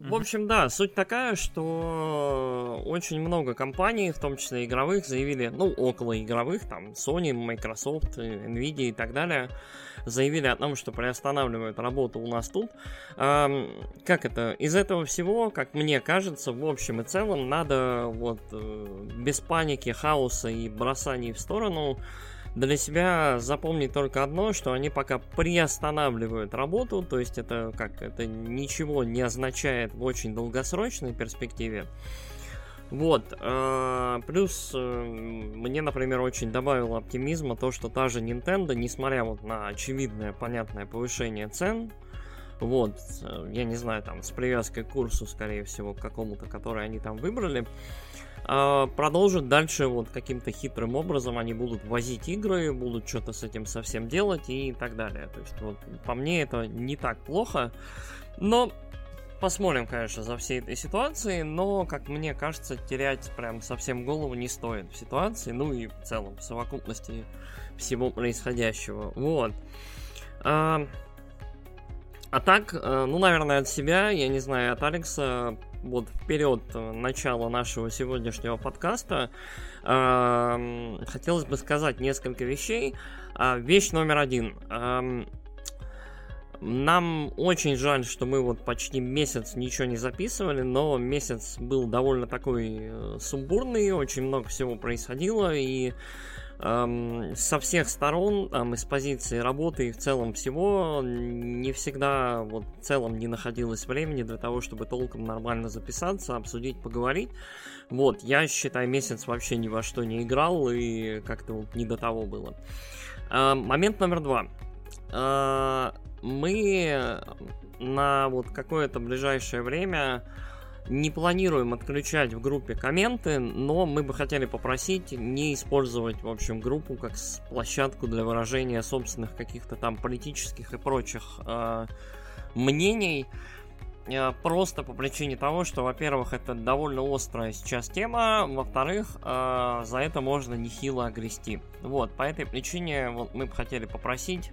В общем, да, суть такая, что очень много компаний, в том числе игровых, заявили, около игровых, там, Sony, Microsoft, Nvidia и так далее, заявили о том, что приостанавливают работу у нас тут. Как это? Из этого всего, как мне кажется, в общем и целом, надо без паники, хаоса и бросаний в сторону для себя запомнить только одно, что они пока приостанавливают работу, то есть это ничего не означает в очень долгосрочной перспективе. Плюс мне, например, очень добавило оптимизма то, что та же Nintendo, несмотря на очевидное, понятное повышение цен, я не знаю, там, с привязкой к курсу, скорее всего, к какому-то, который они там выбрали, продолжат дальше каким-то хитрым образом, они будут возить игры, будут что-то с этим совсем делать и так далее. То есть, по мне, это не так плохо, но посмотрим, конечно, за всей этой ситуацией, но, как мне кажется, терять прям совсем голову не стоит в ситуации, и в целом, в совокупности всего происходящего. А так, наверное, от себя, я не знаю, от Алекса, вперед начала нашего сегодняшнего подкаста, хотелось бы сказать несколько вещей. Вещь номер 1. Нам очень жаль, что мы почти месяц ничего не записывали, но месяц был довольно такой сумбурный, очень много всего происходило, и со всех сторон, из позиции работы и в целом всего, не всегда в целом не находилось времени для того, чтобы толком нормально записаться, обсудить, поговорить. Я, считай, месяц вообще ни во что не играл, и как-то не до того было. Момент номер 2. Мы на какое-то ближайшее время не планируем отключать в группе комменты, но мы бы хотели попросить не использовать, в общем, группу как площадку для выражения собственных каких-то там политических и прочих мнений. Просто по причине того, что, во-первых, это довольно острая сейчас тема, во-вторых, за это можно нехило огрести. По этой причине мы бы хотели попросить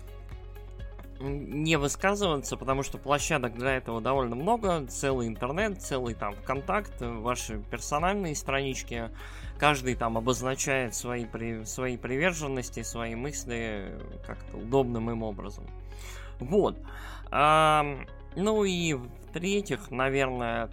не высказываться, потому что площадок для этого довольно много, целый интернет, целый там ВКонтакт, ваши персональные странички, каждый там обозначает свои приверженности, свои мысли как-то удобным им образом. И в-третьих, наверное,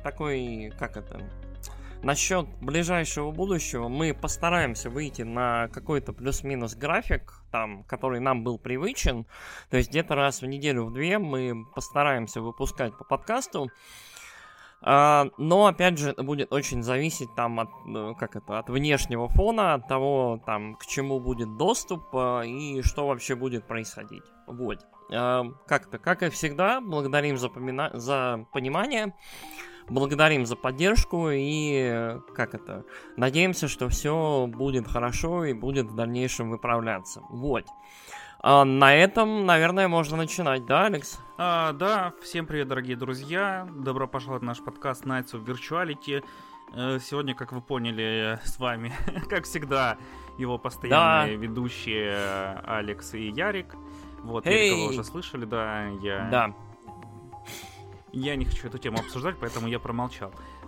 насчет ближайшего будущего мы постараемся выйти на какой-то плюс-минус график, который нам был привычен. То есть где-то раз в неделю, в 2 мы постараемся выпускать по подкасту. Но, опять же, это будет очень зависеть от внешнего фона, от того, к чему будет доступ и что вообще будет происходить. Как и всегда, благодарим за понимание. Благодарим за поддержку и надеемся, что все будет хорошо и будет в дальнейшем выправляться. На этом, наверное, можно начинать, да, Алекс? Да, всем привет, дорогие друзья. Добро пожаловать в наш подкаст Nights of Virtuality. Сегодня, как вы поняли, с вами, как всегда, его постоянные ведущие Алекс и Ярик. Ярика вы уже слышали, да, Я не хочу эту тему обсуждать, поэтому я промолчал.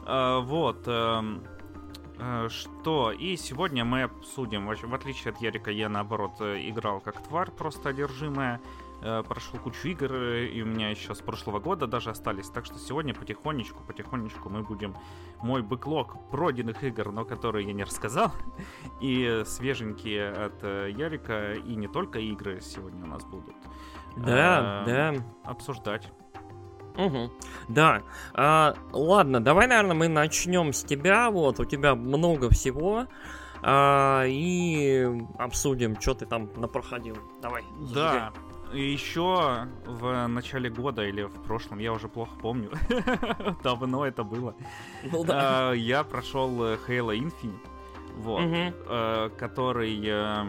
И сегодня мы обсудим, в отличие от Ярика, я наоборот играл как тварь, просто одержимая, прошел кучу игр, и у меня еще с прошлого года даже остались, так что сегодня потихонечку мы будем мой бэклог пройденных игр, но которые я не рассказал, и свеженькие от Ярика, и не только игры сегодня у нас будут обсуждать. Да. Ладно, давай, наверное, мы начнем с тебя. У тебя много всего. И обсудим, что ты там напроходил. Давай. Да. Еще в начале года или в прошлом, я уже плохо помню. Давно это было. Я прошел Halo Infinite. Который...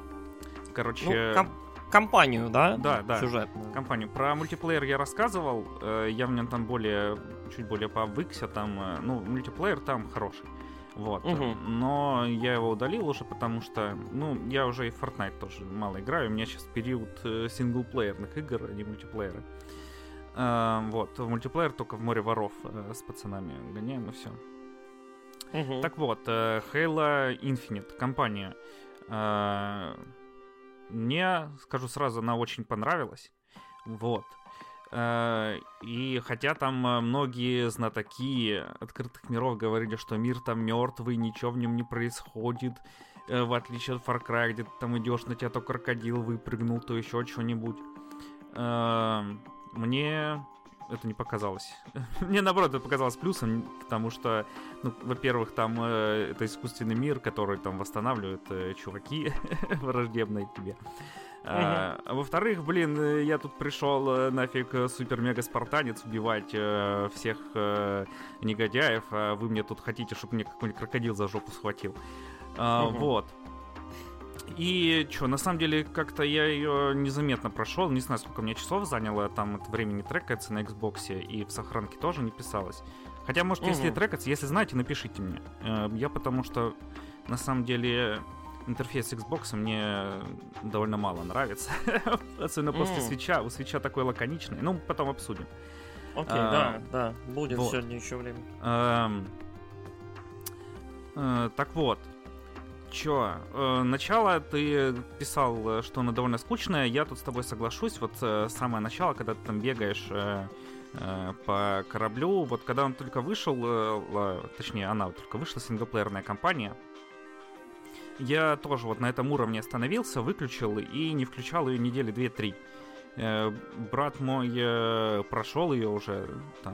Компанию, да? Да. Сюжетную. Компанию. Про мультиплеер я рассказывал. Я в нем там чуть более повыкся. Мультиплеер там хороший. Но я его удалил уже, потому что, я уже и в Fortnite тоже мало играю. У меня сейчас период синглплеерных игр, а не мультиплеера. Вот, в мультиплеер только в море воров с пацанами гоняем и все. Так вот, Halo Infinite, компания. Мне, скажу сразу, она очень понравилась. Вот. И хотя там многие знатоки открытых миров говорили, что мир там мертвый, ничего в нем не происходит, в отличие от Far Cry, где ты там идешь, на тебя то крокодил выпрыгнул, то еще что-нибудь. Мне это не показалось. Мне, наоборот, это показалось плюсом, потому что, ну, во-первых, там это искусственный мир, который там восстанавливают чуваки враждебные тебе. А во-вторых, блин, я тут пришел нафиг супер-мега-спартанец убивать всех негодяев, а вы мне тут хотите, чтобы мне какой-нибудь крокодил за жопу схватил. Вот. И что, на самом деле, как-то я ее незаметно прошел. Не знаю, сколько мне часов заняло. Там это время не трекается на Xbox, и в сохранке тоже не писалось. Хотя, может, если трекаться, если знаете, напишите мне. Я потому что, на самом деле, интерфейс Xbox мне довольно мало нравится. Особенно после свитча. У свитча такой лаконичный. Ну, потом обсудим. Окей, да. Будет вот. Сегодня еще время. Так вот. Начало ты писал, что оно довольно скучное. Я тут с тобой соглашусь. Вот самое начало, когда ты там бегаешь по кораблю. Вот когда он только вышел, точнее, она вот только вышла, синглплеерная кампания, я тоже вот на этом уровне остановился, выключил и не включал ее недели 2-3. Брат мой прошел ее уже.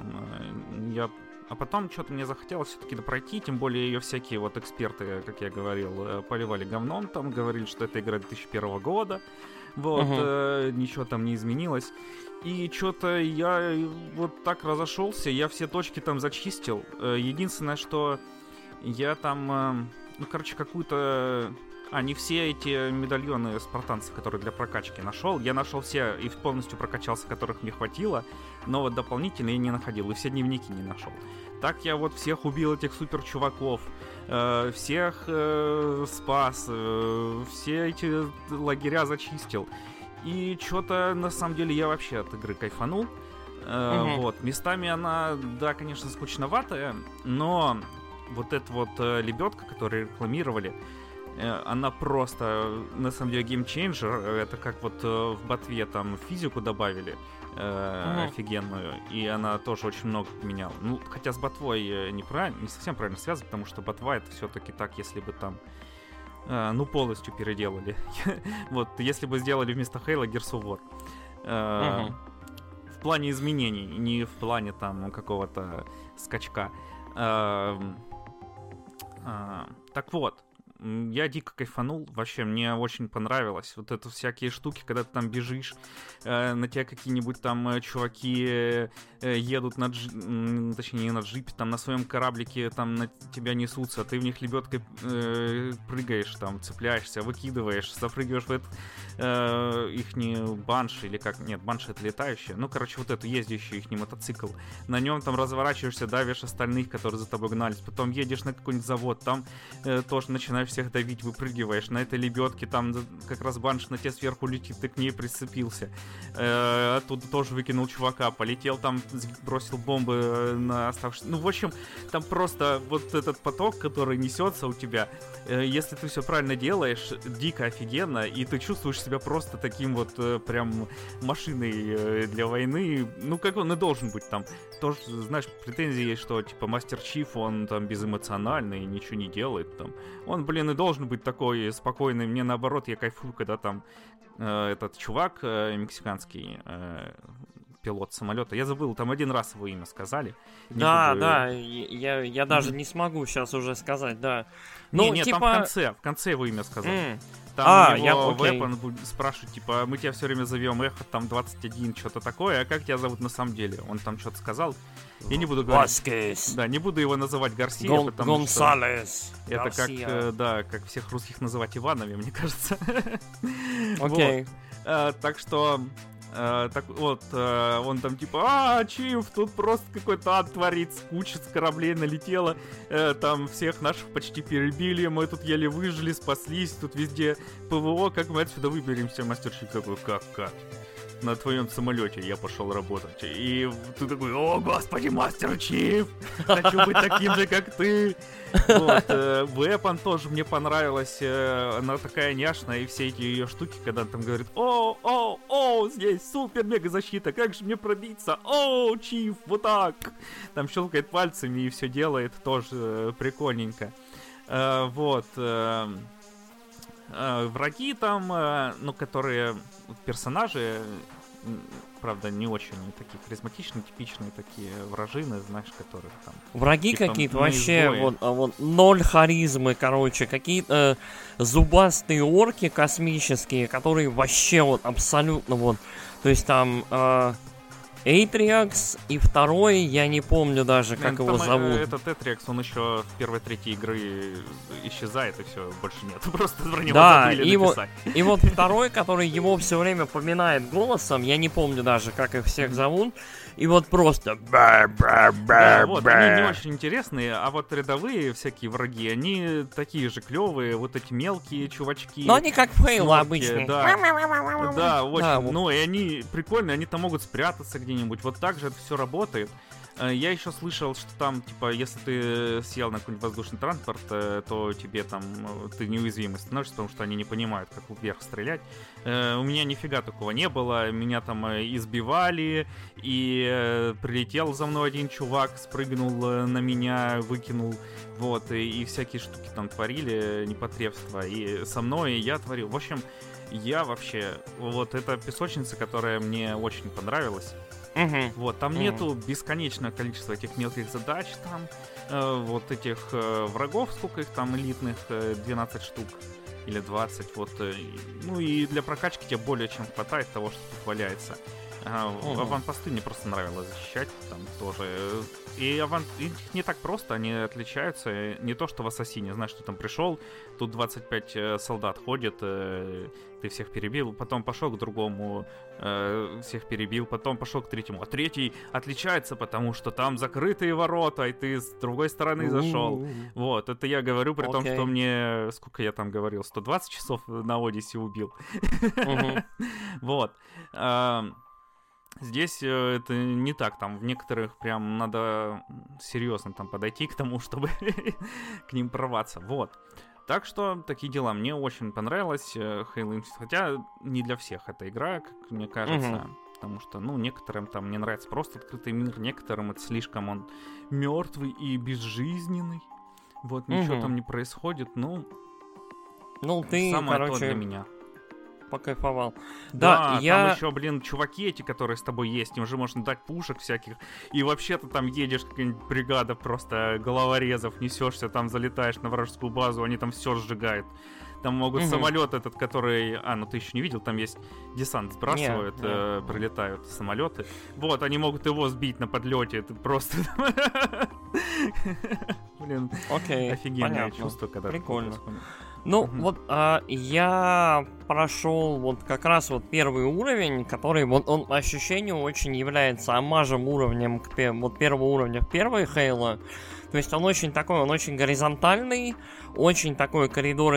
А потом что-то мне захотелось все-таки допройти, тем более ее всякие вот эксперты, как я говорил, поливали говном, там говорили, что это игра 2001 года, вот, ничего там не изменилось. И что-то я вот так разошелся, я все точки там зачистил. Единственное, что я там, какую-то... не все эти медальоны спартанцев, которые для прокачки нашел. Я нашел все и полностью прокачался, которых мне хватило, но вот дополнительные я не находил, и все дневники не нашел. Так я вот всех убил, этих супер чуваков, всех спас, все эти лагеря зачистил. И что-то, на самом деле, я вообще от игры кайфанул. Вот, местами она, да, конечно, скучноватая, но вот эта вот лебедка, которую рекламировали, она просто, на самом деле, геймчейнджер. Это как вот в ботве там физику добавили офигенную, и она тоже очень много поменяла. Ну, хотя с ботвой не совсем правильно связано, потому что ботва это все-таки так, если бы там полностью переделали. Вот, если бы сделали вместо Halo Gears of War. В плане изменений, не в плане там какого-то скачка. Так вот, я дико кайфанул, вообще мне очень понравилось. Вот это всякие штуки, когда ты там бежишь, на тебя какие-нибудь там чуваки едут точнее не на джипе, там на своем кораблике там на тебя несутся, ты в них лебедкой прыгаешь, там цепляешься, выкидываешь, запрыгиваешь в этот ихний банши, или как, нет, банши это летающие, ну, короче, вот эту ездящий ихний мотоцикл, на нем там разворачиваешься, давишь остальных, которые за тобой гнались, потом едешь на какой-нибудь завод, там тоже начинаешь всех давить, выпрыгиваешь на этой лебедке, там как раз банш на тебя сверху летит, ты к ней прицепился, оттуда тоже выкинул чувака, полетел там, бросил бомбы на оставшихся, ну, в общем, там просто вот этот поток, который несется у тебя, если ты все правильно делаешь, дико офигенно, и ты чувствуешь себя просто таким вот прям машиной для войны, ну, как он и должен быть там. Тоже, знаешь, претензии есть, что, типа, Мастер Чиф, он там безэмоциональный, ничего не делает там. Он, блин, и должен быть такой спокойный. Мне, наоборот, я кайфую, когда там этот чувак мексиканский, пилот самолета. Я забыл, там один раз его имя сказали. Да, я даже не смогу сейчас уже сказать, да. Ну, нет, типа... там в конце его имя сказали. Там его Weapon будет спрашивать, типа, мы тебя все время зовем Эхо, там 21, что-то такое, а как тебя зовут на самом деле? Он там что-то сказал. Я не буду говорить. Васкес. Да, не буду его называть Гарсия, потому Гонсалес. что это как, да, как всех русских называть Иванове, мне кажется. Окей. Так что... так вот, он там типа, Чиф, тут просто какой-то ад творится, куча с кораблей налетела, там всех наших почти перебили, мы тут еле выжили, спаслись, тут везде ПВО, как мы отсюда выберемся? Мастер Чиф такой, как? на твоем самолете я пошел работать. И ты такой: о, господи, Мастер Чиф, хочу быть таким же, как ты. Вот, Weapon тоже мне понравилась, она такая няшная, и все эти ее штуки, когда он там говорит: о, здесь супер-мега защита, как же мне пробиться, о, Чиф, вот так. Там щелкает пальцами и все делает, тоже прикольненько. Вот, враги там, ну, которые персонажи, правда, не очень такие харизматичные, типичные такие вражины, знаешь, которые там... Враги типа, какие-то вообще, вот ноль харизмы, короче, какие-то зубастые орки космические, которые вообще вот абсолютно вот, то есть там... Эйтриакс и второй, я не помню даже, как его зовут. Этот Эйтриакс, он еще в первой трети игры исчезает, и все, больше нет. Просто про него забыли написать. И вот второй, который его все время поминает голосом, я не помню даже, как их всех зовут. И вот просто... Да, вот, они не очень интересные, а вот рядовые всякие враги, они такие же клевые, вот эти мелкие чувачки. Но они как в Halo обычные. Да, очень, ну и они прикольные, они там могут спрятаться где-нибудь, вот так же это все работает. Я еще слышал, что там, типа, если ты сел на какой-нибудь воздушный транспорт, то тебе там, ты неуязвимый становишься, потому что они не понимают, как вверх стрелять. У меня нифига такого не было, меня там избивали, и прилетел за мной один чувак, спрыгнул на меня, выкинул, вот, и всякие штуки там творили, непотребства, и со мной я творил. В общем, я вообще, вот эта песочница, которая мне очень понравилась. Вот, там нету бесконечного количества этих мелких задач, там, вот этих врагов, сколько их там элитных, 12 штук или 20, вот, ну и для прокачки тебе более чем хватает того, что тут валяется. Аванпосты мне просто нравилось защищать, там тоже. И их не так просто, они отличаются. Не то, что в Ассасине, знаешь, что там пришел, тут 25 солдат ходит, ты всех перебил, потом пошел к другому, всех перебил, потом пошел к третьему. А третий отличается, потому что там закрытые ворота, и ты с другой стороны зашел. Вот, это я говорю, при том, что мне, сколько я там говорил, 120 часов на Одиссе убил. Вот. Здесь это не так, там в некоторых прям надо серьезно там подойти к тому, чтобы к ним прорваться, вот. Так что такие дела, мне очень понравилась Halo Infinite, хотя не для всех эта игра, как мне кажется, потому что, ну, некоторым там не нравится просто открытый мир, некоторым это слишком он мертвый и безжизненный, вот, ничего там не происходит, ну ты, самое короче... то для меня. Покайфовал. Да, там еще, блин, чуваки эти, которые с тобой есть, им же можно дать пушек всяких. И вообще-то там едешь, какая-нибудь бригада просто головорезов, несешься, там залетаешь на вражескую базу, они там все сжигают. Там могут самолет этот, который... ну ты еще не видел, там есть десант, сбрасывают, прилетают самолеты. Вот, они могут его сбить на подлете, это просто... Блин, офигенное чувство, когда... Прикольно. Ну, вот я прошел вот как раз вот первый уровень, который вот он по ощущению очень является омажем уровнем к вот первого уровня в первой Halo. То есть он очень такой, он очень горизонтальный, очень такой коридоры,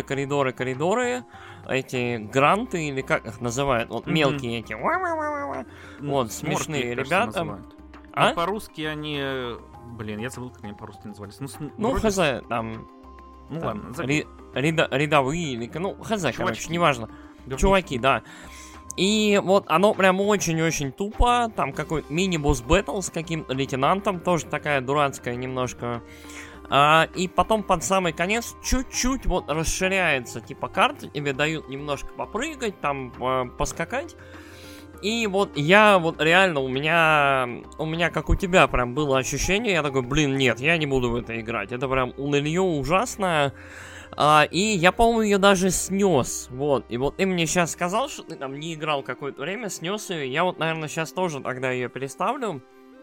эти гранты, или как их называют, вот мелкие эти, вот, смешные ребята. Ну, по-русски они, блин, я забыл, как они по-русски назывались. Ну, хз, там... Ну ладно, рядовые, или, хз, короче, неважно. Чуваки, да. И вот оно прям очень-очень тупо. Там какой-то мини-босс бэтл с каким-то лейтенантом, тоже такая дурацкая немножко. И потом под самый конец чуть-чуть вот расширяется типа карта, тебе дают немножко попрыгать, там поскакать. И вот я вот реально, у меня как у тебя прям было ощущение, я такой, блин, нет, я не буду в это играть. Это прям унылье ужасное. И я, по-моему, ее даже снес. Вот. И вот ты мне сейчас сказал, что ты там не играл какое-то время, снес ее. Я вот, наверное, сейчас тоже тогда ее переставлю.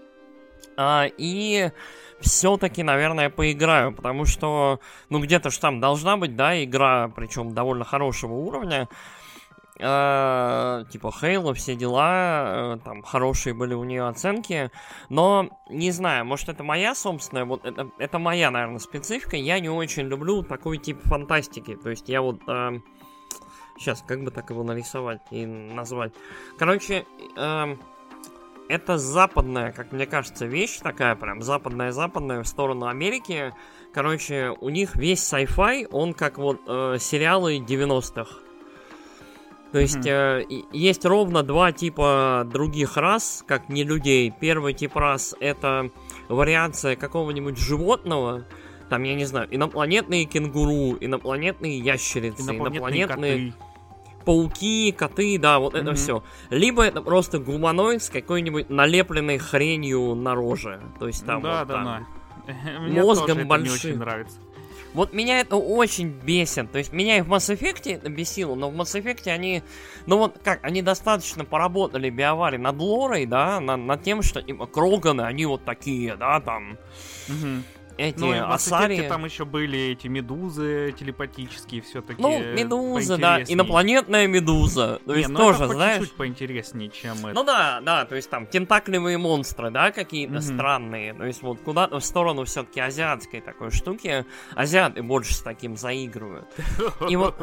И все-таки, наверное, поиграю. Потому что, где-то ж там должна быть, да, игра, причем довольно хорошего уровня. Типа Halo, все дела, там хорошие были у нее оценки, но не знаю, может это моя собственная, вот это моя, наверное, специфика. Я не очень люблю такой тип фантастики, то есть я вот Сейчас, как бы так его нарисовать и назвать? Короче, это западная, как мне кажется, вещь такая, прям западная в сторону Америки. Короче, у них весь sci-fi, он как вот сериалы 90-х. То есть есть ровно два типа других рас, как не людей. Первый тип рас — это вариация какого-нибудь животного. Там, я не знаю, инопланетные кенгуру, инопланетные ящерицы, инопланетные пауки, коты, да, вот это все. либо это просто гуманоид с какой-нибудь налепленной хренью на роже. То есть там да, вот да, там мозгом большим. Мне очень нравится. Вот меня это очень бесит. То есть меня и в Mass Effect это бесило, но в Mass Effect они... Ну вот как, они достаточно поработали BioWare над лорой, да, над тем, что типа Кроганы, они вот такие, да, там... Эти Асари... там еще были эти медузы телепатические, все-таки. Ну, медуза, да, инопланетная медуза. То есть тоже, это знаешь... чуть-чуть поинтереснее, чем это. Ну да, то есть там тентакливые монстры, да, какие-то странные. То есть вот куда-то в сторону все-таки азиатской такой штуки. Азиаты больше с таким заигрывают. И вот...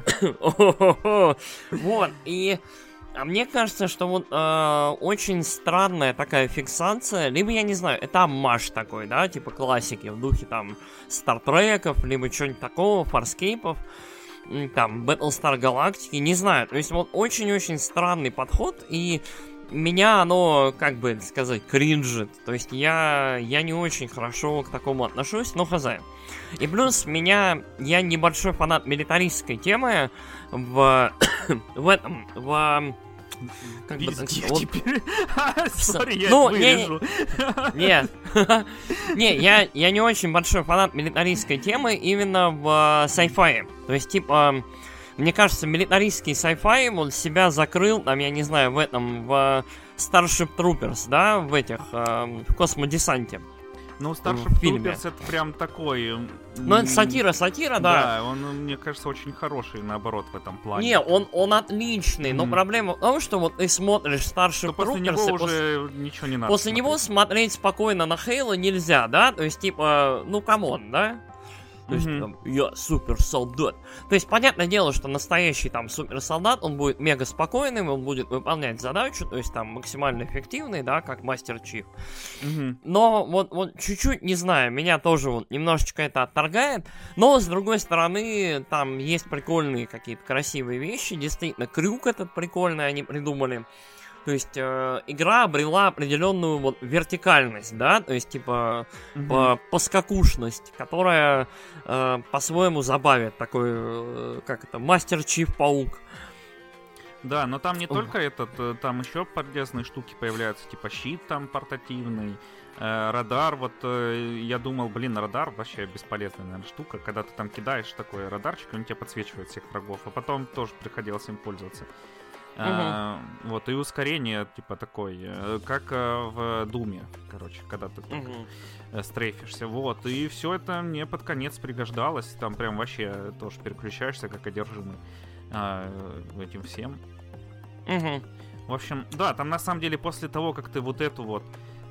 Вот, и... А мне кажется, что вот очень странная такая фиксация, либо, я не знаю, это аммаж такой, да, типа классики в духе там Стартреков, либо чего-нибудь такого, Фарскейпов, там, Battlestar Galactica, не знаю, то есть вот очень-очень странный подход, и меня оно, как бы сказать, кринжит, то есть я не очень хорошо к такому отношусь, но хз. И плюс я небольшой фанат милитаристской темы как бы, теперь. Сори, я ну, вырежу. Нет. Не, я не очень большой фанат милитаристской темы именно в sci-fi. То есть, типа, мне кажется, милитаристский sci-fi он себя закрыл, там, я не знаю, в Starship Troopers, да, в Космодесанте. Ну, Starship Troopers это прям такой... Ну, это сатира, да. Да, он, мне кажется, очень хороший, наоборот, в этом плане. Не, он отличный, но проблема в том, что вот ты смотришь Starship Troopers... После него уже ничего не надо После него смотреть спокойно на Хейла нельзя, да? То есть, типа, ну, камон, да? То есть, там, я суперсолдат. То есть, понятное дело, что настоящий там суперсолдат, он будет мега спокойным, он будет выполнять задачу, то есть, там, максимально эффективный, да, как Мастер Чиф. Но вот чуть-чуть, не знаю, меня тоже вот немножечко это отторгает, но, с другой стороны, там есть прикольные какие-то красивые вещи, действительно, крюк этот прикольный они придумали. То есть игра обрела определенную вот вертикальность, да, то есть типа поскакушность, которая по-своему забавит такой, как это, Мастер Чиф Паук. Да, но там не только этот, там еще полезные штуки появляются, типа щит там портативный, радар, вот я думал, радар вообще бесполезная, наверное, штука, когда ты там кидаешь такой радарчик, он тебе подсвечивает всех врагов, а потом тоже приходилось им пользоваться. Вот, и ускорение, типа, такой, как в Думе, короче, когда ты стрейфишься, вот, и все это мне под конец пригождалось, там прям вообще тоже переключаешься, как одержимый этим всем. В общем, да, там на самом деле после того, как ты вот эту вот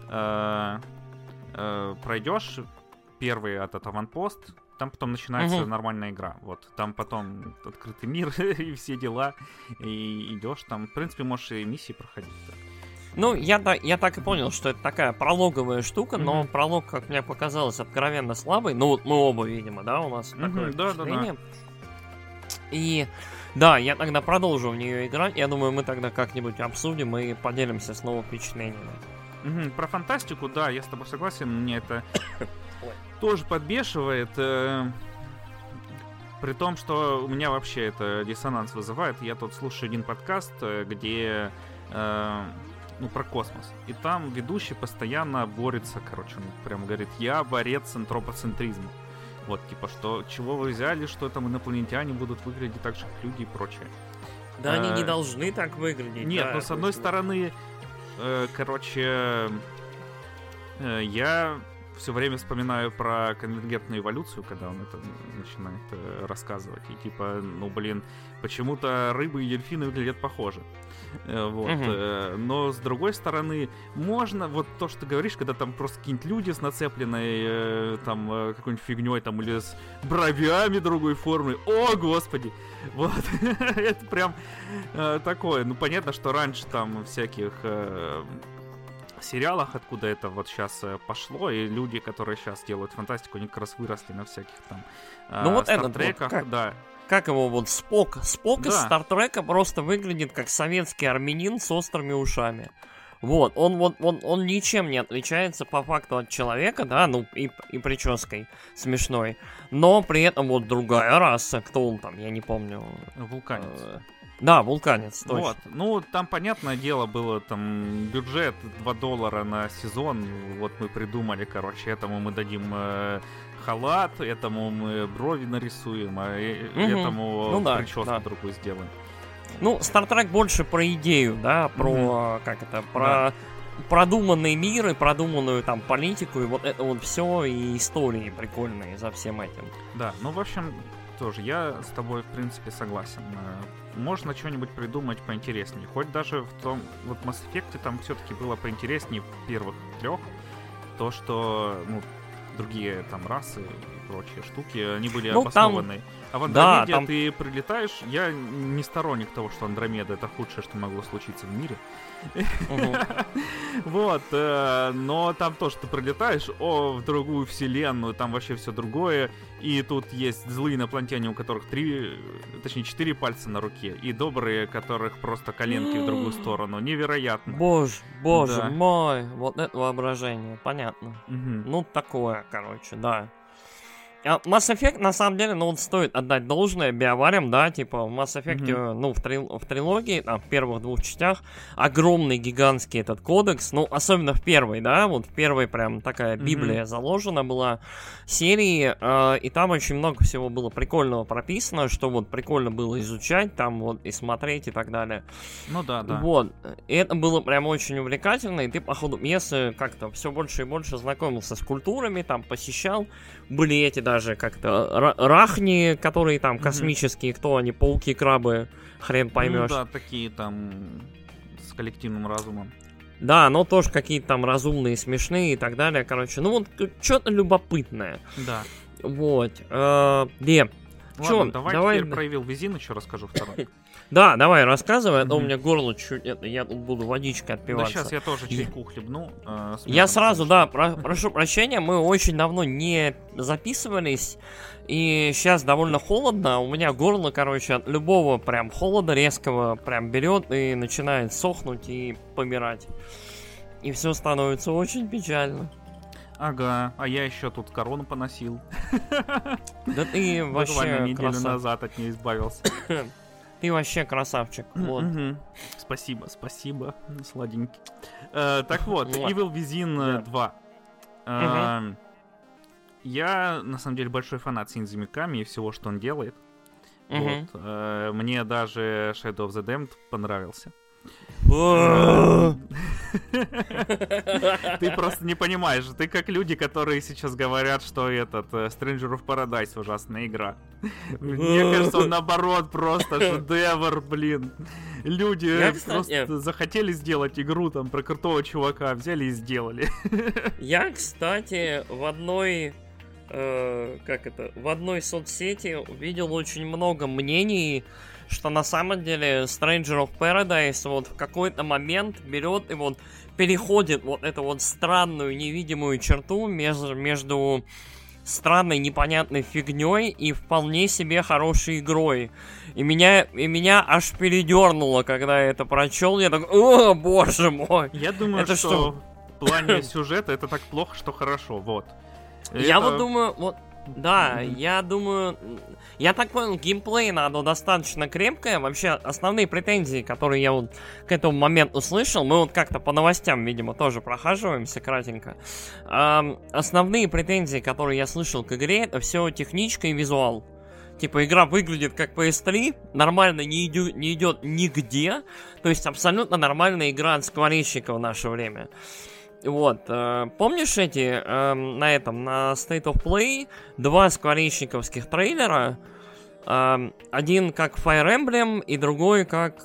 пройдешь, первый этот аванпост, там потом начинается нормальная игра. Вот, там потом открытый мир и все дела. И идешь там. В принципе, можешь и миссии проходить. Так. Ну, я так и понял, что это такая прологовая штука, но пролог, как мне показалось, откровенно слабый. Ну, вот мы оба, видимо, да, у нас такое впечатление. И да, я тогда продолжу в нее играть. Я думаю, мы тогда как-нибудь обсудим и поделимся снова впечатлениями. Про фантастику, да, я с тобой согласен. Мне это тоже подбешивает. При том, что у меня вообще это диссонанс вызывает. Я тут слушаю один подкаст, где про космос. И там ведущий постоянно борется, короче, он прям говорит, я борец с антропоцентризмом. Вот, типа, что, чего вы взяли, что там инопланетяне будут выглядеть так же, как люди и прочее. Да, они не должны так выглядеть. Нет, да, но с одной стороны, короче, я все время вспоминаю про конвергентную эволюцию, когда он это начинает рассказывать. И типа, почему-то рыбы и дельфины выглядят похоже. Но с другой стороны, можно, вот то, что ты говоришь, когда там просто какие-нибудь люди с нацепленной какой-нибудь фигней там или с бровями другой формы. О, господи! Вот. Это прям такое. Понятно, что раньше там всяких сериалах, откуда это вот сейчас пошло, и люди, которые сейчас делают фантастику, они как раз выросли на всяких там Стартреках, да. Как его вот Спок да. Из Стартрека просто выглядит как советский армянин с острыми ушами. Вот, он ничем не отличается по факту от человека, да, и прической смешной, но при этом вот другая раса, кто он там, я не помню. Вулканец. Да, вулканец, точно. Вот, там, понятное дело, было там бюджет $2 на сезон, вот мы придумали, этому мы дадим халат, этому мы брови нарисуем, а этому прическу другую сделаем. Star Trek больше про идею, да, про, про продуманный мир и продуманную там политику, и вот это вот все, и истории прикольные за всем этим. Да, в общем, тоже я с тобой, в принципе, согласен. Можно что-нибудь придумать поинтереснее. Хоть даже в том, вот Mass Effect там все-таки было поинтереснее первых 3, то, что, другие там расы и прочие штуки, они были обоснованы. А в Андромеде ты прилетаешь, я не сторонник того, что Андромеда это худшее, что могло случиться в мире. Вот, но там то, что ты прилетаешь, в другую вселенную, там вообще все другое, и тут есть злые инопланетяне, у которых 4 пальца на руке, и добрые, которых просто коленки в другую сторону. Невероятно. Боже мой, вот это воображение, понятно. Такое, да. Mass Effect, на самом деле, стоит отдать должное биоварям, да, типа в Mass Effect, в трилогии, в первых 2 частях, огромный, гигантский этот кодекс, особенно в первой, да, вот в первой прям такая библия заложена была серии, и там очень много всего было прикольного прописано, что вот прикольно было изучать, там вот и смотреть и так далее. Да. Вот, и это было прям очень увлекательно, и ты по ходу пьесы как-то все больше и больше знакомился с культурами, там посещал, были эти даже как-то рахни, которые там космические, кто они, пауки, крабы, хрен поймешь. Такие там с коллективным разумом. Да, но тоже какие-то там разумные, смешные и так далее, что-то любопытное. Да. Вот. Ладно, давай теперь про Evil Within еще расскажу второй. Да, давай, рассказывай, а то у меня горло чуть... Я тут буду водичкой отпиваться. Да сейчас я тоже чайку хлебну. Я сразу, прошу прощения, мы очень давно не записывались, и сейчас довольно холодно, у меня горло, от любого прям холода резкого прям берет и начинает сохнуть и помирать. И все становится очень печально. Ага, а я еще тут корону поносил. Да ты вообще буквально неделю назад от нее избавился. Ты вообще красавчик. Вот. Спасибо, сладенький. Так вот, Evil Within 2. Я, на самом деле, большой фанат Синдзи Миками и всего, что он делает. Вот. Мне даже Shadow of the Damned понравился. Ты просто не понимаешь, ты как люди, которые сейчас говорят, что Stranger of Paradise ужасная игра. Мне кажется, он наоборот просто шедевр, блин. Люди просто захотели сделать игру там про крутого чувака, взяли и сделали. Я, кстати, в одной соцсети увидел очень много мнений, что на самом деле Stranger of Paradise вот в какой-то момент берет и вот переходит вот эту вот странную невидимую черту между странной непонятной фигней и вполне себе хорошей игрой. И меня аж передернуло, когда я это прочел. Я такой, о, боже мой! Я думаю, это что в плане сюжета это так плохо, что хорошо, вот. Я вот думаю, вот. Да, я думаю... Я так понял, геймплейно оно достаточно крепкое. Вообще, основные претензии, которые я вот к этому моменту услышал, мы вот как-то по новостям, видимо, тоже прохаживаемся кратенько. Основные претензии, которые я слышал к игре, это все техничка и визуал. Типа, игра выглядит как PS3, нормально не идет нигде. То есть, абсолютно нормальная игра от скворечника в наше время. Вот, помнишь эти, на State of Play, 2 скворечниковских трейлера, один как Fire Emblem и другой как...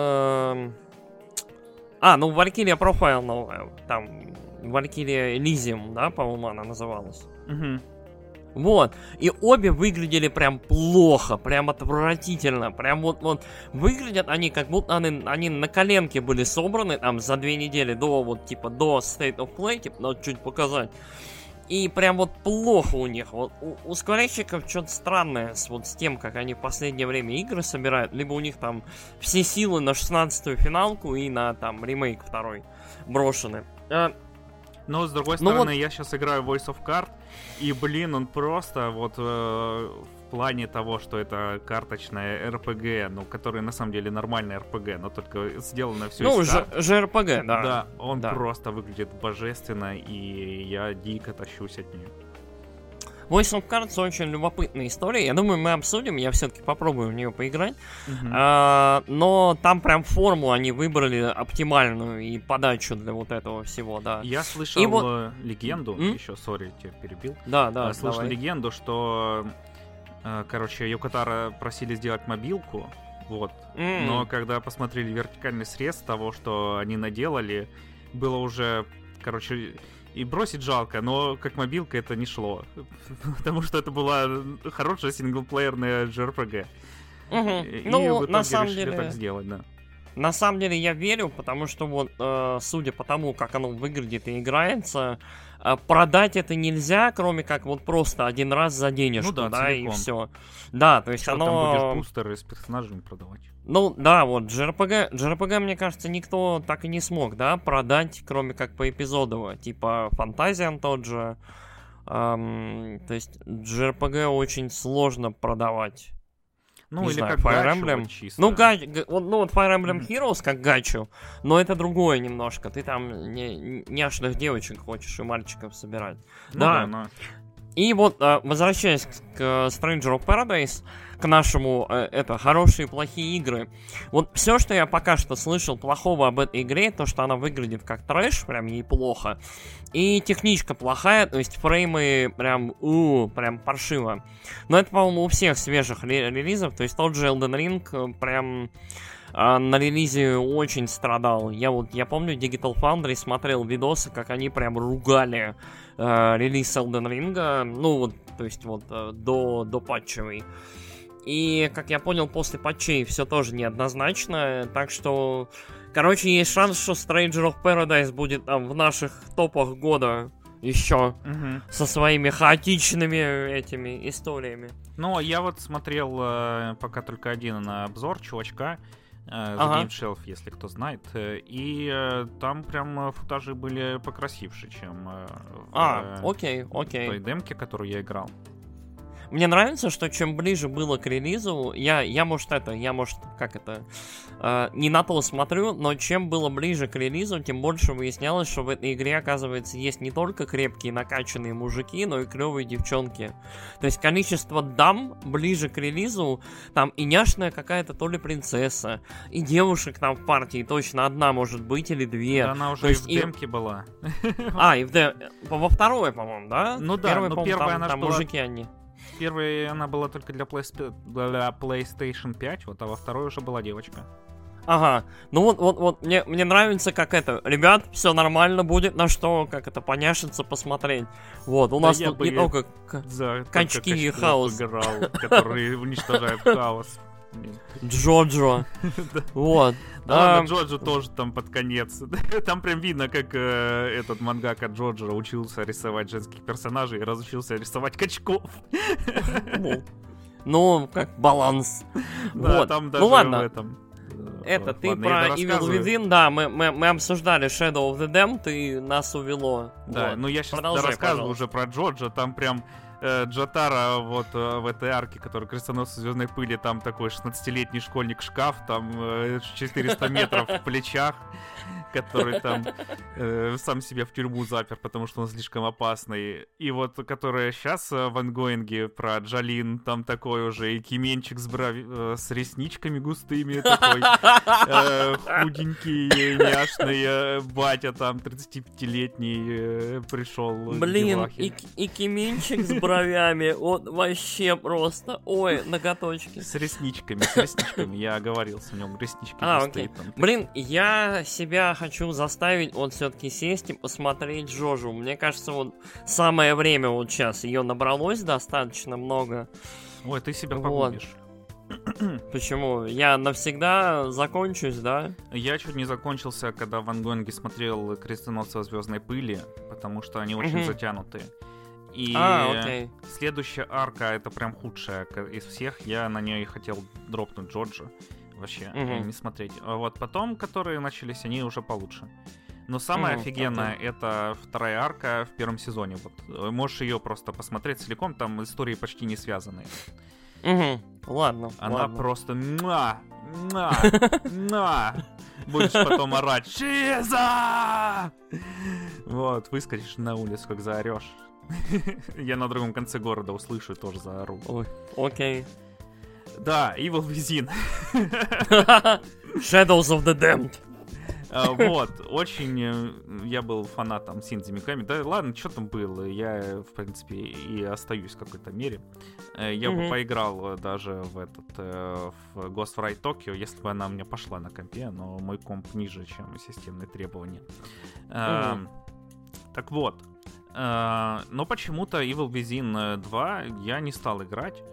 Valkyria Profile новая, там, Valkyria Elysium, да, по-моему, она называлась. Угу. Вот, и обе выглядели прям плохо, прям отвратительно, прям вот выглядят они как будто они на коленке были собраны там за 2 недели до State of Play, надо чуть показать. И прям вот плохо у них. Вот у скворечников что-то странное с тем, как они в последнее время игры собирают. Либо у них там все силы на 16-ю финалку и на там ремейк 2 брошены. Но, с другой стороны, я сейчас играю Voice of Card, и, он просто в плане того, что это карточная RPG, которая на самом деле нормальная RPG, но только сделано все из карт. JRPG, да. Да, он просто выглядит божественно, и я дико тащусь от нее. Voice of Cards очень любопытная история. Я думаю, мы обсудим. Я все-таки попробую в нее поиграть. Но там прям формулу они выбрали оптимальную и подачу для вот этого всего, да. Я слышал легенду, еще, сори, тебя перебил. Да, слышал легенду, что, Йокотара просили сделать мобилку, но когда посмотрели вертикальный срез того, что они наделали, было уже, и бросить жалко, но как мобилка это не шло. Потому что это была хорошая синглплеерная JRPG. И в итоге на самом решили деле... так сделать, да. На самом деле я верю, потому что судя по тому, как оно выглядит и играется, продать это нельзя, кроме как просто один раз за денежку, и все. Да, то есть что оно... там будешь бустеры с персонажами продавать? JRPG, мне кажется, никто так и не смог, продать, кроме как по эпизодово. Типа Фантазиан тот же. То есть JRPG очень сложно продавать. Или знаю, как Fire гачу, Emblem. чисто. Fire Emblem Heroes как гачу, но это другое немножко. Ты там няшных девочек хочешь и мальчиков собирать. Да. И возвращаясь к Stranger of Paradise, к нашему, хорошие и плохие игры. Все, что я пока что слышал плохого об этой игре, то, что она выглядит как трэш, прям ей плохо. И техничка плохая, то есть фреймы прям паршиво. Но это, по-моему, у всех свежих релизов, то есть тот же Elden Ring прям... на релизе очень страдал. Я помню, Digital Foundry смотрел видосы, как они прям ругали релиз Elden Ring, то есть до патчевой. И, как я понял, после патчей все тоже неоднозначно, так что, есть шанс, что Stranger of Paradise будет там в наших топах года еще со своими хаотичными этими историями. Я смотрел пока только один обзор чувачка, The Game Shelf, если кто знает, и там прям футажи были покрасивше, чем в той демке, которую я играл. Мне нравится, что чем ближе было к релизу, я не на то смотрю, но чем было ближе к релизу, тем больше выяснялось, что в этой игре, оказывается, есть не только крепкие накачанные мужики, но и клевые девчонки. То есть количество дам ближе к релизу, там и няшная какая-то то ли принцесса, и девушек там в партии точно одна может быть или 2. Да, она уже и в демке была. Во второй, по-моему, да? Первая она там мужики они. Первая она была только для PlayStation 5, а во второй уже была девочка. Ага, мне нравится, как ребят, все нормально будет, на что, поняшиться, посмотреть. У нас тут не только качки и хаос. Которые уничтожают хаос. Джоджо. Джоджо тоже там под конец. Там прям видно, как этот мангака Джоджо учился рисовать женских персонажей и разучился рисовать качков. Как баланс. Там даже в этом... Ты про Evil Within, да, мы обсуждали Shadow of the Damned, и нас увело. Да, я сейчас рассказываю уже про Джоджо, там прям Джотара вот в этой арке, который крестоносцы Звездной пыли, там такой 16-летний школьник-шкаф, там 400 метров в плечах, который там сам себя в тюрьму запер, потому что он слишком опасный. И вот, которая сейчас в ангоинге про Джалин, там такой уже и кименчик с ресничками густыми, такой худенький, няшный батя там 35-летний пришел. Блин, и кименчик с бровями, он вообще просто, ой, ноготочки. С ресничками, я оговорился, у него реснички густые. Там. Блин, я себя хочу заставить вот все-таки сесть и посмотреть Джоджо. Мне кажется, вот самое время вот сейчас, ее набралось достаточно много. Ой, ты себя погубишь. Почему? Я навсегда закончусь, да? Я чуть не закончился, когда в ангоинге смотрел «Крестоносцев Звездной пыли», потому что они очень затянутые. И следующая арка, это прям худшая из всех, я на нее и хотел дропнуть Джоджо. Вообще, не смотреть. А вот потом, которые начались, они уже получше. Но самое офигенное, это вторая арка в первом сезоне. Вот. Можешь ее просто посмотреть целиком, там истории почти не связанные. Ладно. Она просто будешь потом орать «Шиза!» Вот, выскочишь на улицу, как заорешь. Я на другом конце города услышу и тоже заору. Ой, окей. Да, Evil Within. Shadows of the Damned. Вот, очень я был фанатом Синдзи Миками. Да ладно, что там было? Я, в принципе, и остаюсь в какой-то мере. Я бы поиграл даже в Ghostwire Tokyo, если бы она у меня пошла на компе, но мой комп ниже, чем системные требования. Так вот. Но почему-то Evil Within 2 я не стал играть.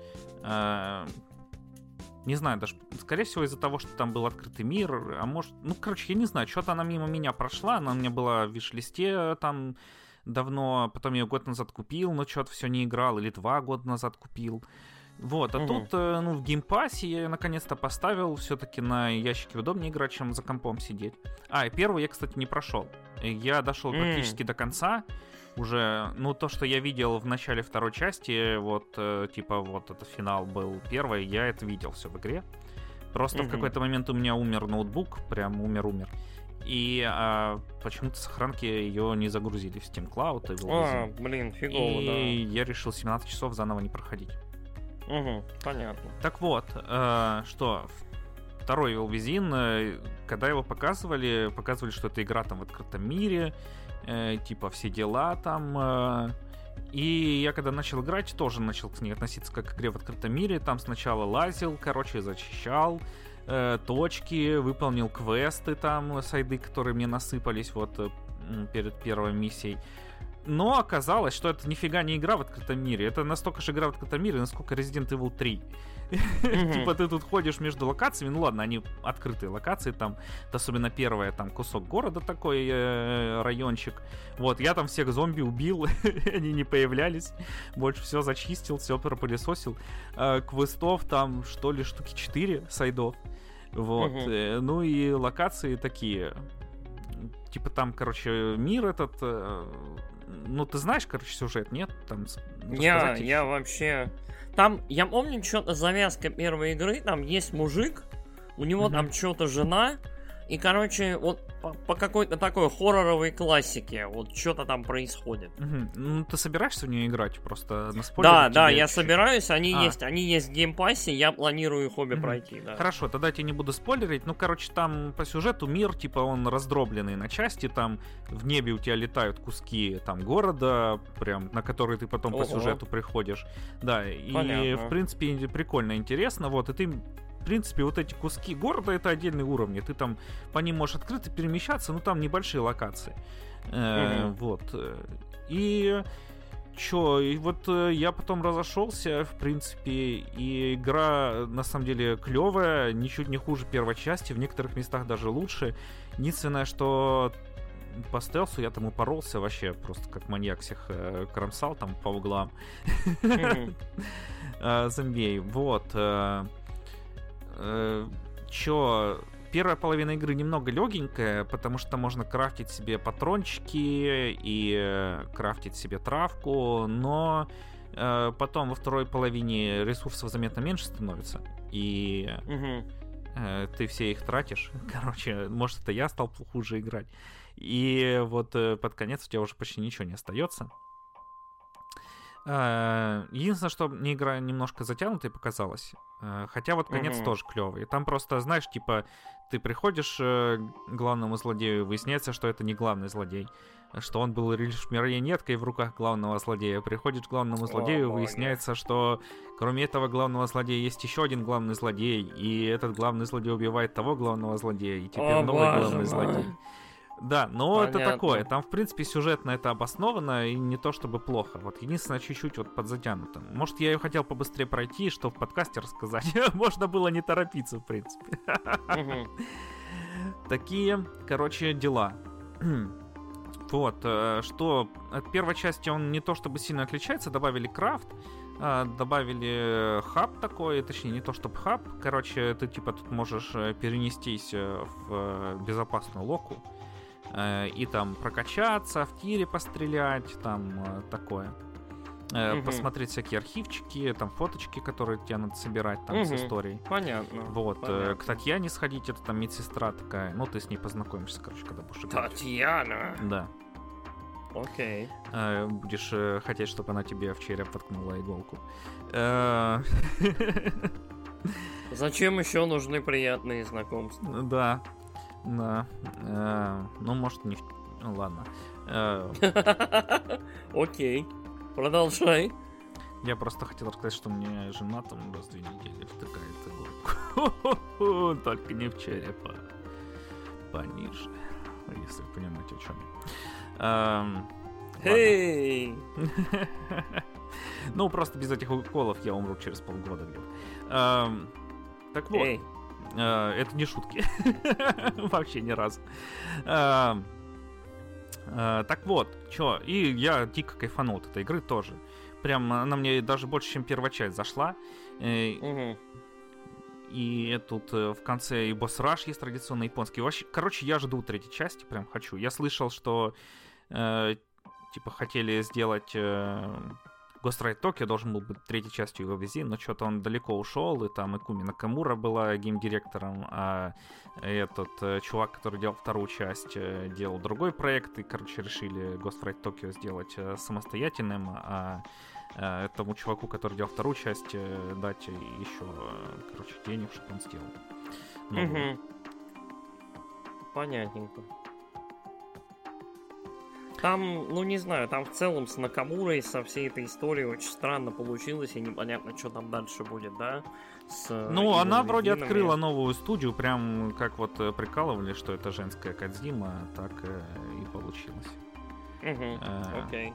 Не знаю, даже, скорее всего, из-за того, что там был открытый мир, а может... Ну, короче, я не знаю, что-то она мимо меня прошла, она у меня была в виш-листе там давно, потом я год назад купил, но что-то все не играл, или 2 года назад купил. Вот, а тут, ну, в геймпассе я ее наконец-то поставил, все-таки на ящике удобнее играть, чем за компом сидеть. И первый я, кстати, не прошел. Я дошел практически до конца. Уже, ну, то, что я видел в начале второй части, вот, типа, вот этот финал был первый, я это видел все в игре. Просто в какой-то момент у меня умер ноутбук, прям умер. И почему-то сохранки ее не загрузили в Steam Cloud. Блин, фигово, и да. И я решил 17 часов заново не проходить. Понятно. Так вот, что... Второй Evil Within, когда его показывали, что это игра там в открытом мире, типа все дела там. И я когда начал играть, тоже начал к ней относиться как к игре в открытом мире. Там сначала лазил, короче, зачищал точки, выполнил квесты там, сайды, которые мне насыпались вот перед первой миссией. Но оказалось, что это нифига не игра в открытом мире. Это настолько же игра в открытом мире, насколько Resident Evil 3. Типа ты тут ходишь между локациями. Ну ладно, они открытые локации. Там, особенно первая, там кусок города такой, райончик. Вот, я там всех зомби убил. Они не появлялись. Больше все зачистил, все пропылесосил. Квестов там, что ли, штуки 4 сайдов. Вот. Ну и локации такие. Типа там, короче, мир этот... Ну, ты знаешь, короче, сюжет, нет? Там, я вообще... Там, я помню, что-то завязка первой игры, там есть мужик, у него там что-то жена, и, короче, вот по какой-то такой хорроровой классике, вот что-то там происходит. Ну, ты собираешься в нее играть? Просто на спойлер? Да, я собираюсь, они есть в геймпассе, я планирую их обе пройти, да. Хорошо, тогда я тебе не буду спойлерить. Ну, короче, там по сюжету мир, типа, он раздробленный на части, там в небе у тебя летают куски там города, прям, на которые ты потом по сюжету приходишь. Да, и, понятно. В принципе, прикольно, интересно, вот, и ты... В принципе, вот эти куски города — это отдельные уровни. Ты там по ним можешь открыто перемещаться, но там небольшие локации. Вот. И чё, и вот я потом разошелся, в принципе, и игра на самом деле клевая, ничуть не хуже первой части, в некоторых местах даже лучше. Единственное, что по стелсу я там упоролся вообще просто как маньяк, всех кромсал там по углам. Зомбей. Вот. Чё, первая половина игры немного легенькая, потому что можно крафтить себе патрончики и крафтить себе травку, но Потом во второй половине ресурсов заметно меньше становится, и ты все их тратишь. Короче, может, это я стал хуже играть. И вот под конец у тебя уже почти ничего не остается. Единственное, что мне игра немножко затянутой показалась. Хотя вот конец тоже клевый. Там просто, знаешь, типа, ты приходишь к главному злодею, выясняется, что это не главный злодей. Что он был лишь марионеткой в руках главного злодея. Приходишь к главному злодею, выясняется, что кроме этого главного злодея есть еще один главный злодей. И этот главный злодей убивает того главного злодея. И теперь новый главный злодей. Да, но понятно. Это такое. Там, в принципе, сюжетно это обосновано, и не то чтобы плохо. Вот единственное, чуть-чуть вот подзатянуто. Может, я ее хотел побыстрее пройти, чтобы в подкасте рассказать. Можно было не торопиться, в принципе. Такие, короче, дела. Вот, что от первой части он не то чтобы сильно отличается. Добавили крафт, добавили хаб такой, точнее, не то чтобы хаб. Короче, ты типа тут можешь перенестись в безопасную локу и там прокачаться, в тире пострелять, там такое. Посмотреть всякие архивчики, там фоточки, которые тебе надо собирать там с историей. Понятно. Вот. Понятно. К Татьяне сходить, это там медсестра такая. Ну, ты с ней познакомишься, короче, когда будешь играть. Татьяна? Да. Окей. Будешь хотеть, чтобы она тебе в череп воткнула иголку. Зачем еще нужны приятные знакомства? Да. Да. Ну, может, не... Ну, ладно. Окей. Продолжай. Я просто хотел рассказать, что мне жена там раз в 2 недели втыкает иголку. Только не в череп, а пониже. Если вы понимаете, о чем я. Эй! Ну, просто без этих уколов я умру через полгода где-то. Так вот. Это не шутки. Вообще ни разу. Так вот, чё, и я дико кайфанул от этой игры тоже. Прям она мне даже больше, чем первая часть зашла. И тут в конце и босс-раш есть традиционный японский. Вообще, короче, я жду 3-й части, прям хочу. Я слышал, что типа хотели сделать Ghostwire Tokyo должен был быть 3-й частью его вези, но что-то он далеко ушел, и там Икуми Накамура была геймдиректором, а этот чувак, который делал 2-ю часть, делал другой проект, и, короче, решили Ghostwire Tokyo сделать самостоятельным, а этому чуваку, который делал 2-ю часть, дать еще, короче, денег, чтобы он сделал. Понятненько. Там, ну не знаю, там в целом с Накамурой, со всей этой историей очень странно получилось, и непонятно, что там дальше будет, да? Ну, она вроде открыла новую студию, прям как вот прикалывали, что это женская Кодзима, так и получилось. Окей.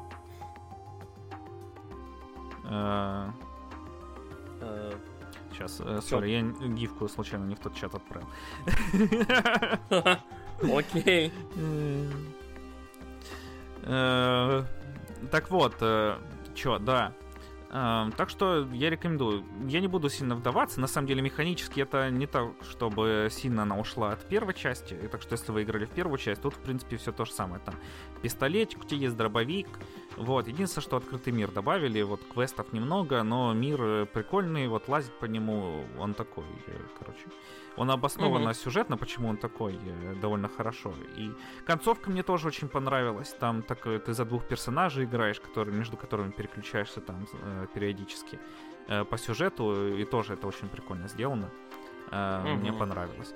Сейчас, сори, я гифку случайно не в тот чат отправил. Окей. Так вот, чё, да. Так что я рекомендую. Я не буду сильно вдаваться. На самом деле, механически это не так, чтобы сильно она ушла от первой части. И так что, если вы играли в первую часть, тут, в принципе, все то же самое. Там пистолетик, у тебя есть дробовик. Вот. Единственное, что открытый мир добавили. Вот квестов немного, но мир прикольный. Вот лазить по нему, он такой, короче. Он обоснованно сюжетно, почему он такой, довольно хорошо. И концовка мне тоже очень понравилась. Там так, ты за 2 персонажей играешь, между которыми переключаешься там периодически по сюжету. И тоже это очень прикольно сделано. Мне понравилось.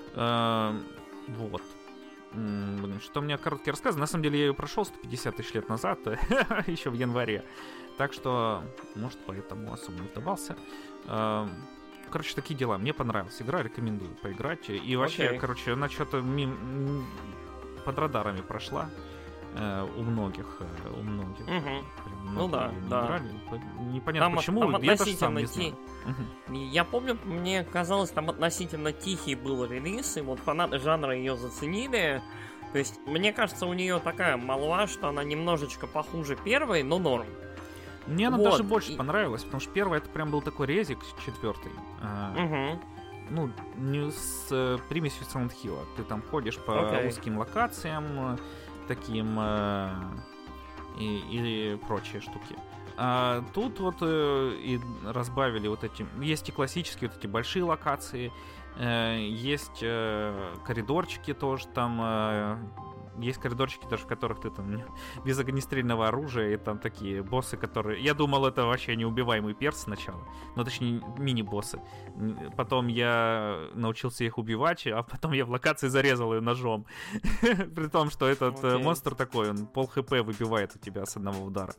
Вот. Блин, что у меня короткий рассказ. На самом деле я ее прошел 150 тысяч лет назад, еще в январе. Так что, может, поэтому особо не вдавался. Короче, такие дела. Мне понравилась игра, рекомендую поиграть. И вообще, короче, она что-то под радарами прошла у многих. Ну да, да. Играли. Непонятно там, почему, там я даже сам не знаю. Я помню, мне казалось, там относительно тихий был релиз, и вот фанаты жанра ее заценили. То есть, мне кажется, у нее такая молва, что она немножечко похуже первой, но норм. Мне она даже больше понравилась, потому что первый это прям был такой резик, 4-й. Ну, не с примесью Silent Hill. Ты там ходишь по узким локациям, таким и прочие штуки. А тут вот и разбавили вот эти... Есть и классические вот эти большие локации, есть коридорчики тоже там... Есть коридорчики даже, в которых ты там без огнестрельного оружия, и там такие боссы, которые... Я думал, это вообще неубиваемый перс сначала, ну, точнее, мини-боссы. Потом я научился их убивать, а потом я в локации зарезал ее ножом. При том, что этот монстр такой, он пол хп выбивает у тебя с одного удара.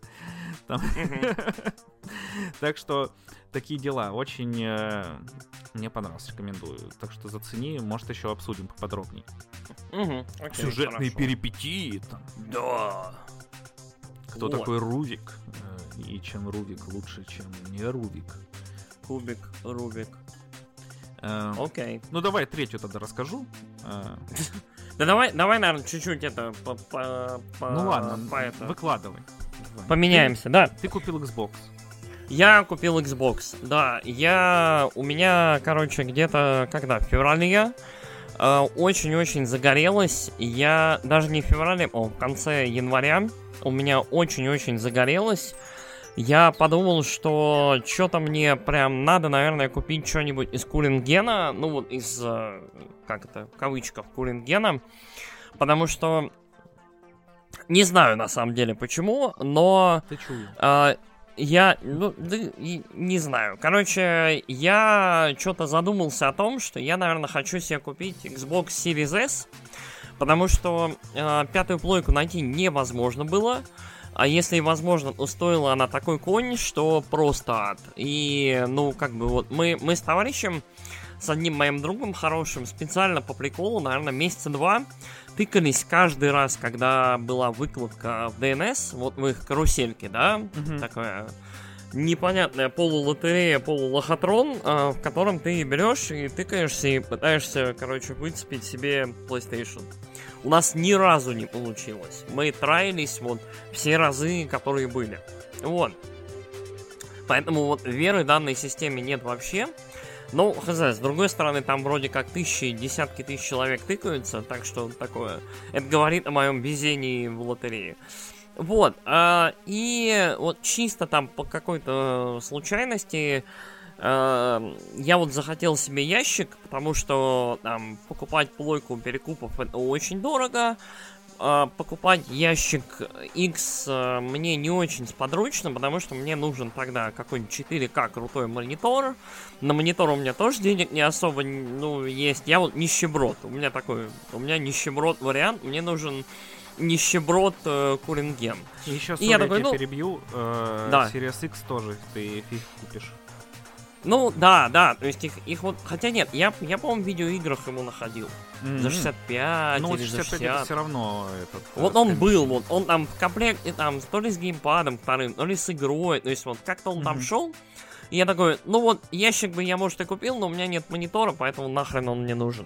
Так что такие дела. Очень мне понравилось, рекомендую. Так что зацени, может, еще обсудим поподробнее. Сюжетные перипетии там. Да. Кто такой Рувик? И чем Рувик лучше, чем не Рувик? Кубик, Рубик. Окей. Ну давай третью тогда расскажу. Да давай, наверное, чуть-чуть это ну ладно, выкладывай. Поменяемся, да. Ты купил Xbox. Я купил Xbox, да. У меня, короче, где-то, когда, в феврале очень-очень загорелось. Я даже не в феврале, в конце января у меня очень-очень загорелось. Я подумал, что что-то мне прям надо, наверное, купить что-нибудь из Курингена. Ну вот из, как это, в кавычках, Курингена. Потому что не знаю на самом деле почему, но... Ты чуешь? Я, не знаю. Короче, я что-то задумался о том, что я, наверное, хочу себе купить Xbox Series S, потому что пятую плойку найти невозможно было. А если и возможно, то стоила она такой конь, что просто ад. И, ну, как бы вот мы с товарищем, с одним моим другом хорошим, специально по приколу, наверное, месяца 2 тыкались каждый раз, когда была выкладка в DNS, вот в их карусельке, да, такая непонятная полулотерея, полулохотрон, в котором ты берешь и тыкаешься и пытаешься, короче, выцепить себе PlayStation. У нас ни разу не получилось. Мы траились вот все разы, которые были. Вот. Поэтому вот веры данной системе нет вообще. Ну, хз, с другой стороны, там вроде как тысячи, десятки тысяч человек тыкаются, так что такое. Это говорит о моем везении в лотерее. Вот, и вот чисто там по какой-то случайности я вот захотел себе ящик, потому что там покупать плойку перекупов это очень дорого. Покупать ящик X мне не очень сподручно, потому что мне нужен тогда какой-нибудь 4К крутой монитор. На монитор у меня тоже денег не особо, ну, есть. Я вот нищеброд. У меня нищеброд вариант. Мне нужен нищеброд Куринген. Еще, я такой, перебью. Да. Series X тоже ты фиг купишь. Ну, да, то есть их вот... Хотя нет, я по-моему, в видеоиграх ему находил. За 65 ну, или за 60. Это все равно этот... Вот он был, вот он там в комплекте, там, то ли с геймпадом вторым, то ли с игрой. То есть вот как-то он там шел. И я такой, ну вот, ящик бы я, может, и купил, но у меня нет монитора, поэтому нахрен он мне нужен.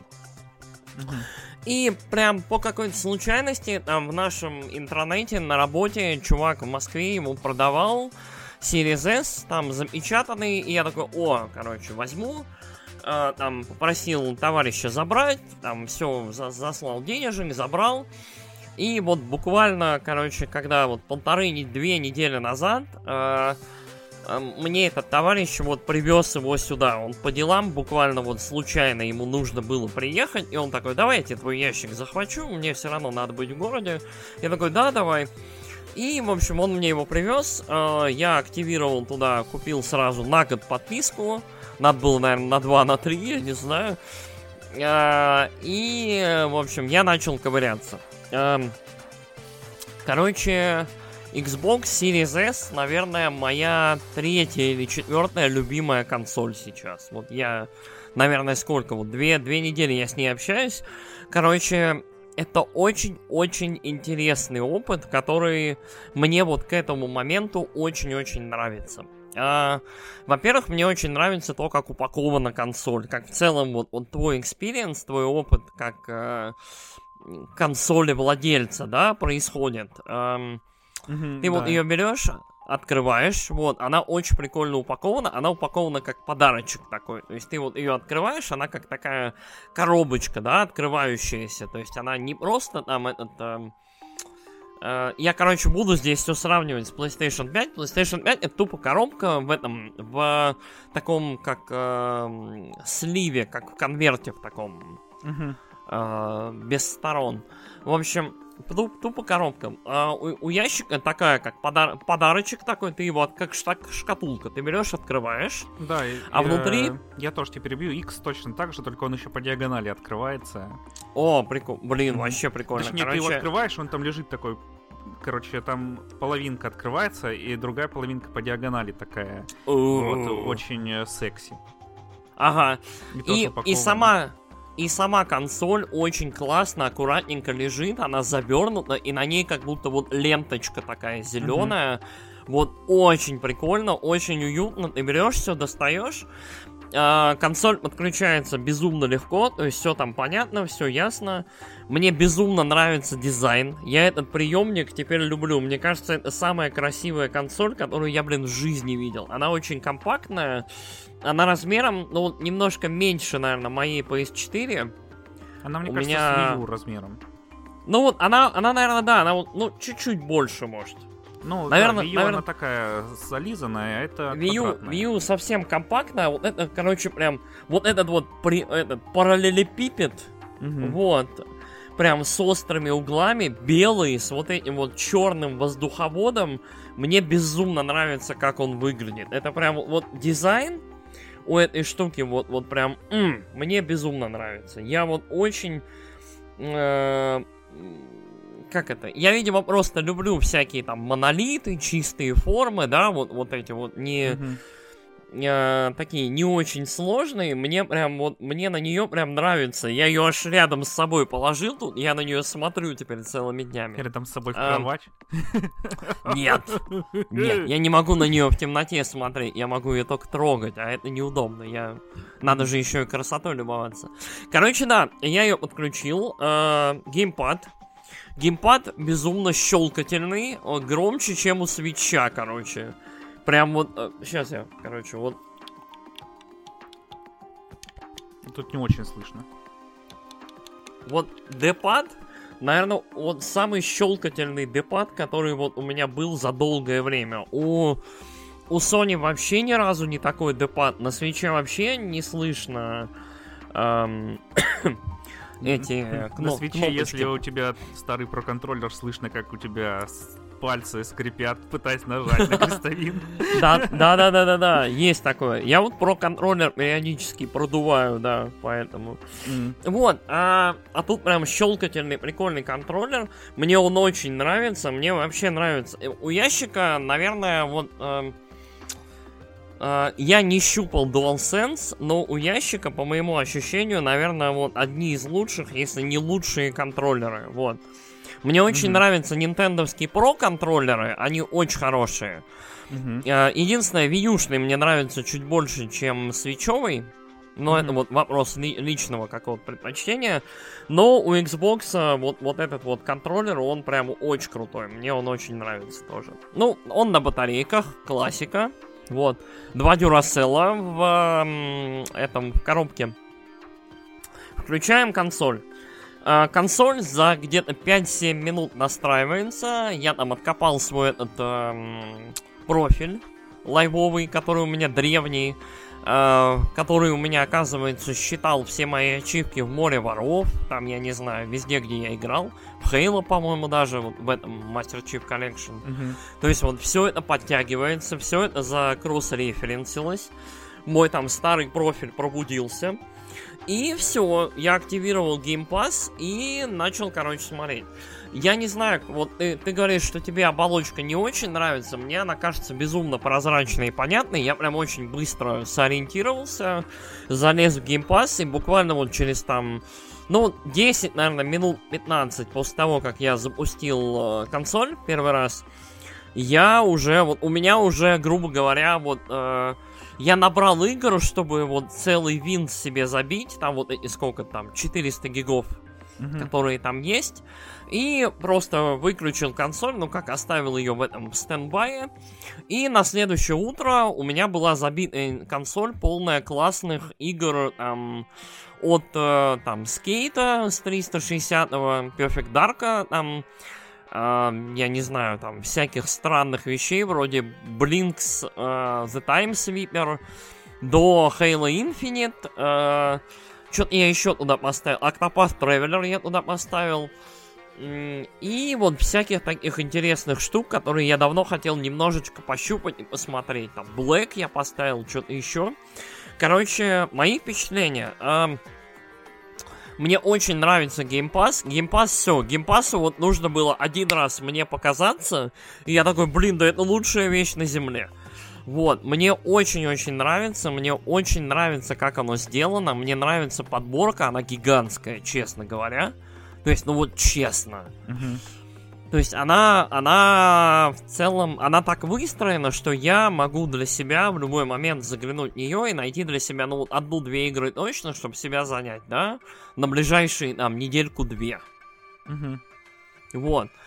И прям по какой-то случайности, там, в нашем интранете на работе чувак в Москве ему продавал Series S, там, запечатанный, и я такой, короче, возьму, там, попросил товарища забрать, там, все, заслал денежек, забрал, и вот буквально, короче, когда вот 1,5-2 недели назад мне этот товарищ вот привез его сюда, он по делам буквально вот случайно ему нужно было приехать, и он такой, давай я тебе твой ящик захвачу, мне все равно надо быть в городе, я такой, да, давай. И, в общем, он мне его привез, я активировал туда, купил сразу на год подписку, надо было, наверное, на 2, на 3, я не знаю. И, в общем, я начал ковыряться. Короче, Xbox Series S, наверное, моя 3-я или 4-я любимая консоль сейчас. Вот я, наверное, сколько, вот 2 недели я с ней общаюсь. Короче... Это очень-очень интересный опыт, который мне вот к этому моменту очень-очень нравится. Во-первых, мне очень нравится то, как упакована консоль. Как в целом вот твой экспириенс, твой опыт как консоли владельца, да, происходит. Ты вот ее берешь, открываешь, вот, она очень прикольно упакована, она упакована как подарочек такой, то есть ты вот ее открываешь, она как такая коробочка, да, открывающаяся, то есть она не просто там Я, короче, буду здесь все сравнивать с PlayStation 5. PlayStation 5 это тупо коробка в таком, как сливе, как в конверте в таком, без сторон. В общем, тупо коробка. У ящика такая, как подарочек такой, ты его, как шкатулка, ты берешь, открываешь. Да, внутри... Я тоже тебя перебью, X точно так же, только он еще по диагонали открывается. О, прикольно. Блин, вообще прикольно. Точнее, ты его открываешь, он там лежит такой... Короче, там половинка открывается, и другая половинка по диагонали такая. Вот, очень секси. Ага. И сама консоль очень классно, аккуратненько лежит, она завернута, и на ней как будто вот ленточка такая зеленая. Вот очень прикольно, очень уютно. Ты берешь все, достаешь. Консоль подключается безумно легко, то есть все там понятно, все ясно. Мне безумно нравится дизайн. Я этот приемник теперь люблю. Мне кажется, это самая красивая консоль, которую я, в жизни видел. Она очень компактная. Она размером, немножко меньше, наверное, моей PS4. Она, мне кажется, с Wii U размером. Она, наверное, да, она чуть-чуть больше, может. Наверное, Wii U она такая зализанная, а это Wii U совсем компактная. Вот это, короче, прям... Вот этот вот параллелепипед. Вот. Прям с острыми углами, белый, с вот этим вот черным воздуховодом. Мне безумно нравится, как он выглядит. Это прям вот дизайн у этой штуки вот прям... мне безумно нравится. Я вот очень... как это? Я, видимо, просто люблю всякие там монолиты, чистые формы, да, вот эти вот не... такие не очень сложные. Мне на нее прям нравится. Я ее аж рядом с собой положил тут, я на нее смотрю теперь целыми днями. Рядом с собой в кровать? Нет, я не могу на нее в темноте смотреть, я могу ее только трогать, а это неудобно. Надо же еще и красотой любоваться. Короче, да, я ее подключил. Геймпад безумно щелкательный, громче, чем у свитча, короче. Прям вот... Сейчас я, короче, вот... Тут не очень слышно. Вот D-пад, наверное, вот самый щелкательный D-пад, который вот у меня был за долгое время. У Sony вообще ни разу не такой D-пад. На свитче вообще не слышно эти кнопочки. На свитче, если у тебя старый Pro-контроллер, слышно, как у тебя... пальцы скрипят, пытаясь нажать на крестовину. Да, есть такое. Я вот Pro-контроллер периодически продуваю, да, поэтому. Вот, а тут прям щелкательный, прикольный контроллер. Мне он очень нравится, мне вообще нравится. У ящика, наверное, вот... я не щупал DualSense, но у ящика, по моему ощущению, наверное, вот одни из лучших, если не лучшие контроллеры, вот. Мне очень нравятся нинтендовские Pro контроллеры, они очень хорошие. Единственное, Wii U-шный мне нравится чуть больше, чем свитчевый. Но это вот вопрос личного какого-то предпочтения. Но у Xbox вот этот вот контроллер, он прям очень крутой. Мне он очень нравится тоже. Он на батарейках, классика. Вот. 2 Duracell в коробке. Включаем консоль. Консоль за где-то 5-7 минут настраивается. Я там откопал свой этот профиль лайвовый, который у меня древний, который у меня, оказывается, считал все мои ачивки в море воров. Там, я не знаю, везде, где я играл. В Halo, по-моему, даже вот в этом Master Chief Collection. То есть вот все это подтягивается, все это закросс-референсилось. Мой там старый профиль пробудился. И все, я активировал Game Pass и начал, короче, смотреть. Я не знаю, вот ты говоришь, что тебе оболочка не очень нравится. Мне она кажется безумно прозрачной и понятной. Я прям очень быстро сориентировался, залез в Game Pass, и буквально вот через там, 10, наверное, минут 15 после того, как я запустил консоль первый раз, я уже, вот у меня уже, грубо говоря, вот... я набрал игр, чтобы вот целый винт себе забить. Там вот эти сколько там, 400 гигов, которые там есть. И просто выключил консоль, оставил ее в этом стендбае. И на следующее утро у меня была забита консоль, полная классных игр от Скейта с 360-го, Perfect Dark'а, я не знаю, там, всяких странных вещей, вроде Blinks The Time Sweeper, до Halo Infinite, что-то я еще туда поставил, Octopath Traveler я туда поставил, и вот всяких таких интересных штук, которые я давно хотел немножечко пощупать и посмотреть. Там Black я поставил, что-то еще. Короче, мои впечатления. Мне очень нравится Game Pass. Game Pass, все. Game Pass'у вот нужно было один раз мне показаться. И я такой, блин, да это лучшая вещь на земле. Вот, мне очень-очень нравится. Мне очень нравится, как оно сделано. Мне нравится подборка, она гигантская, честно говоря. То есть, ну вот честно. То есть она в целом, она так выстроена, что я могу для себя в любой момент заглянуть в нее и найти для себя, ну, вот 1-2 игры точно, чтобы себя занять, да, на ближайшие, там, недельку-две. Вот.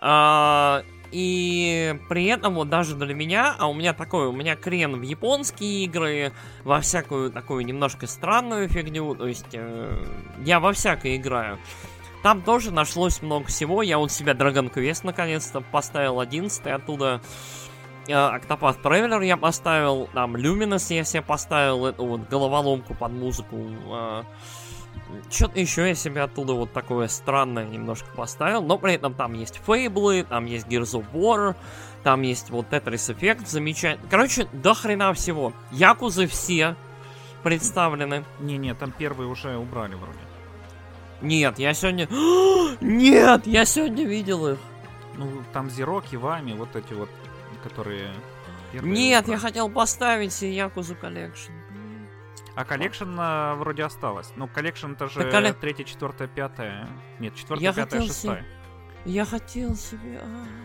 И при этом вот даже для меня, у меня крен в японские игры, во всякую такую немножко странную фигню, то есть я во всякое играю. Там тоже нашлось много всего. Я вот себя Dragon Quest наконец-то поставил 11 оттуда. Octopath Traveler я поставил. Там Luminous я себе поставил. Эту вот головоломку под музыку. Что-то еще я себе оттуда вот такое странное немножко поставил. Но при этом там есть Fable, там есть Gears of War, там есть вот Tetris Effect замечательный. Короче, до хрена всего. Якузы все представлены. Не-не, там первые уже убрали вроде. Нет, я сегодня... Нет, я сегодня видел их. Ну, там Zero, Kiwami, вот эти вот, которые... Нет, я хотел поставить себе Якузу Collection. А Collection вроде осталось. Ну, Collection это же 3, 4, 5. Нет, 4, 5, 6. Я хотел себе...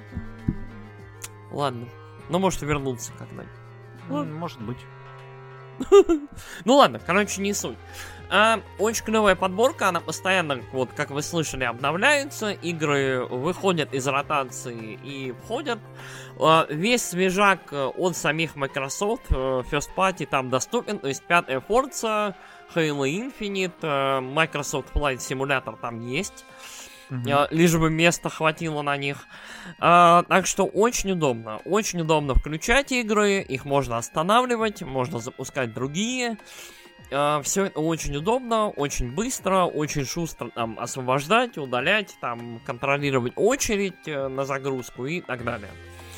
Ладно. Ну, может вернуться когда-нибудь. Может быть. Ну ладно, короче, не суть. Очень клевая подборка, она постоянно, вот как вы слышали, обновляется. Игры выходят из ротации и входят. Весь свежак от самих Microsoft, First Party там доступен. То есть 5-я Forza, Halo Infinite, Microsoft Flight Simulator там есть. Лишь бы места хватило на них. Так что очень удобно. Очень удобно включать игры. Их можно останавливать, можно запускать другие. Все это очень удобно, очень быстро, очень шустро там освобождать, удалять, там контролировать очередь на загрузку и так далее.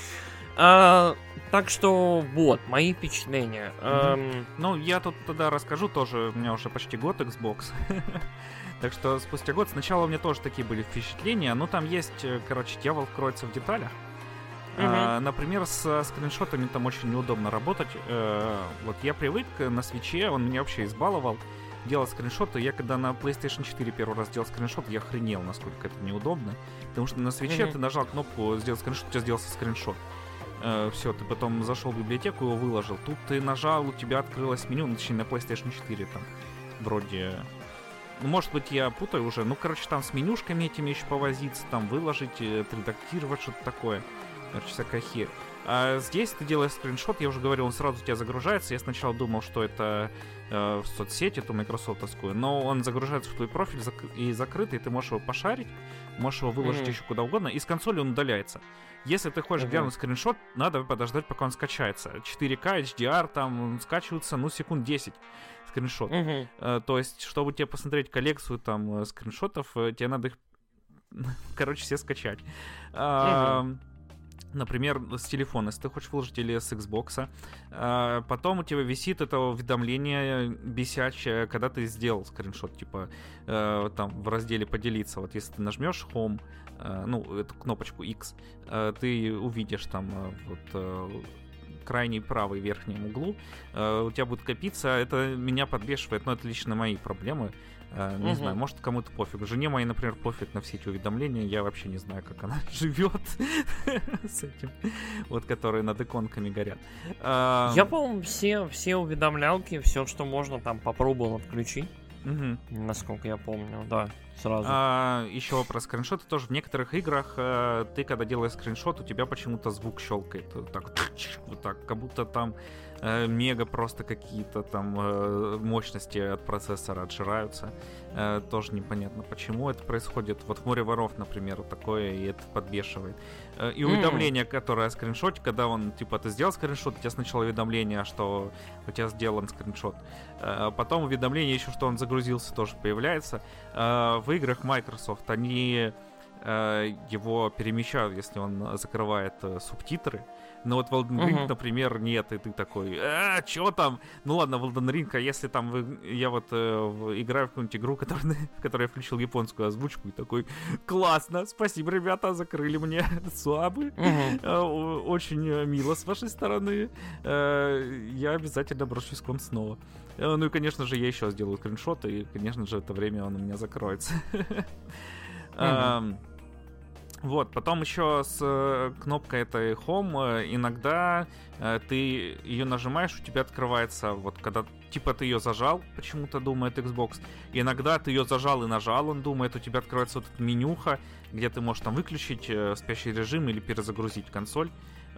Так что вот, мои впечатления. Ну, я тут тогда расскажу тоже, у меня уже почти год Xbox. Так что спустя год, сначала у меня тоже такие были впечатления, но там есть, короче, дьявол кроется в деталях. Например, со скриншотами там очень неудобно работать. Вот я привык на свитче, он меня вообще избаловал, делать скриншоты. Я когда на PlayStation 4 первый раз делал скриншот, я охренел, насколько это неудобно. Потому что на свитче ты нажал кнопку «Сделать скриншот», у тебя сделался скриншот. Все, ты потом зашел в библиотеку, его выложил. Тут ты нажал, у тебя открылось меню, ну, точнее на PlayStation 4 там вроде... Ну, может быть, я путаю уже. Ну, короче, там с менюшками этими еще повозиться, там выложить, отредактировать, что-то такое. Короче, всякая херь. А здесь ты делаешь скриншот, я уже говорил, он сразу у тебя загружается. Я сначала думал, что это в соцсети, эту майкрософтовскую, но он загружается в твой профиль и закрытый, ты можешь его пошарить, можешь его выложить еще куда угодно, и с консоли он удаляется. Если ты хочешь глянуть скриншот, надо подождать, пока он скачается. 4К, HDR, там скачивается, ну, секунд 10 скриншот. То есть, чтобы тебе посмотреть коллекцию там скриншотов, тебе надо их, короче, все скачать. Например, с телефона, если ты хочешь выложить, или с Xbox. Потом у тебя висит это уведомление бесячее, когда ты сделал скриншот, типа там в разделе «Поделиться». Вот если ты нажмешь Home, ну, эту кнопочку X, ты увидишь там вот крайний правый верхнем углу, у тебя будет копиться. Это меня подбешивает, но это лично мои проблемы. Не знаю, может кому-то пофиг. Жене моей, например, пофиг на все эти уведомления. Я вообще не знаю, как она живет с этим. Вот, которые над иконками горят. Я, по-моему, все уведомлялки, все, что можно, там попробовал отключить. Насколько я помню, да, сразу. Еще про скриншоты тоже. В некоторых играх ты, когда делаешь скриншот, у тебя почему-то звук щелкает. Так, вот так, как будто там мега просто какие-то там мощности от процессора отжираются. Тоже непонятно, почему это происходит. Вот в «Море воров», например, такое, и это подбешивает. И уведомление, которое скриншот, когда он, типа, ты сделал скриншот, у тебя сначала уведомление, что у тебя сделан скриншот. Потом уведомление еще, что он загрузился, тоже появляется. В играх Microsoft они его перемещают, если он закрывает субтитры. Но вот в Elden Ring, например, нет, и ты такой, чё там? Ну ладно, в Elden Ring, а если там я вот играю в какую-нибудь игру, в которой я включил японскую озвучку, и такой, классно, спасибо, ребята, закрыли мне сабы. Очень мило с вашей стороны. Я обязательно обращусь к вам снова. Ну и, конечно же, я еще сделаю скриншот, и, конечно же, в это время он у меня закроется. Вот, потом еще с кнопкой этой Home иногда ты ее нажимаешь, у тебя открывается, вот когда типа ты ее зажал, почему-то думает Xbox, иногда ты ее зажал и нажал, он думает, у тебя открывается вот эта менюха, где ты можешь там выключить спящий режим или перезагрузить консоль.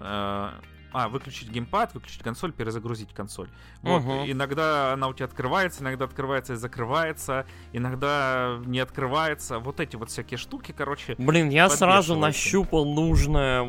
Выключить геймпад, выключить консоль, перезагрузить консоль. Вот, иногда она у тебя открывается, иногда открывается и закрывается, иногда не открывается. Вот эти вот всякие штуки, короче. Блин, я сразу нащупал нужное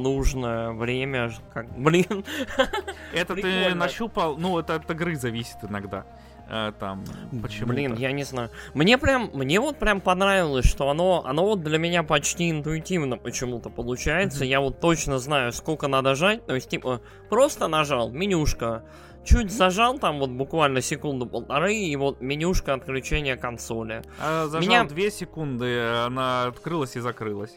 время. Блин. Это ты нащупал, ну, это от игры зависит иногда. Там, почему-то. Блин, я не знаю. Мне вот прям понравилось, что оно вот для меня почти интуитивно почему-то получается. Я вот точно знаю, сколько надо жать. То есть, типа, просто нажал, менюшка. Чуть зажал там вот буквально секунду-полторы, и вот менюшка отключения консоли. Зажал 2 секунды, она открылась и закрылась.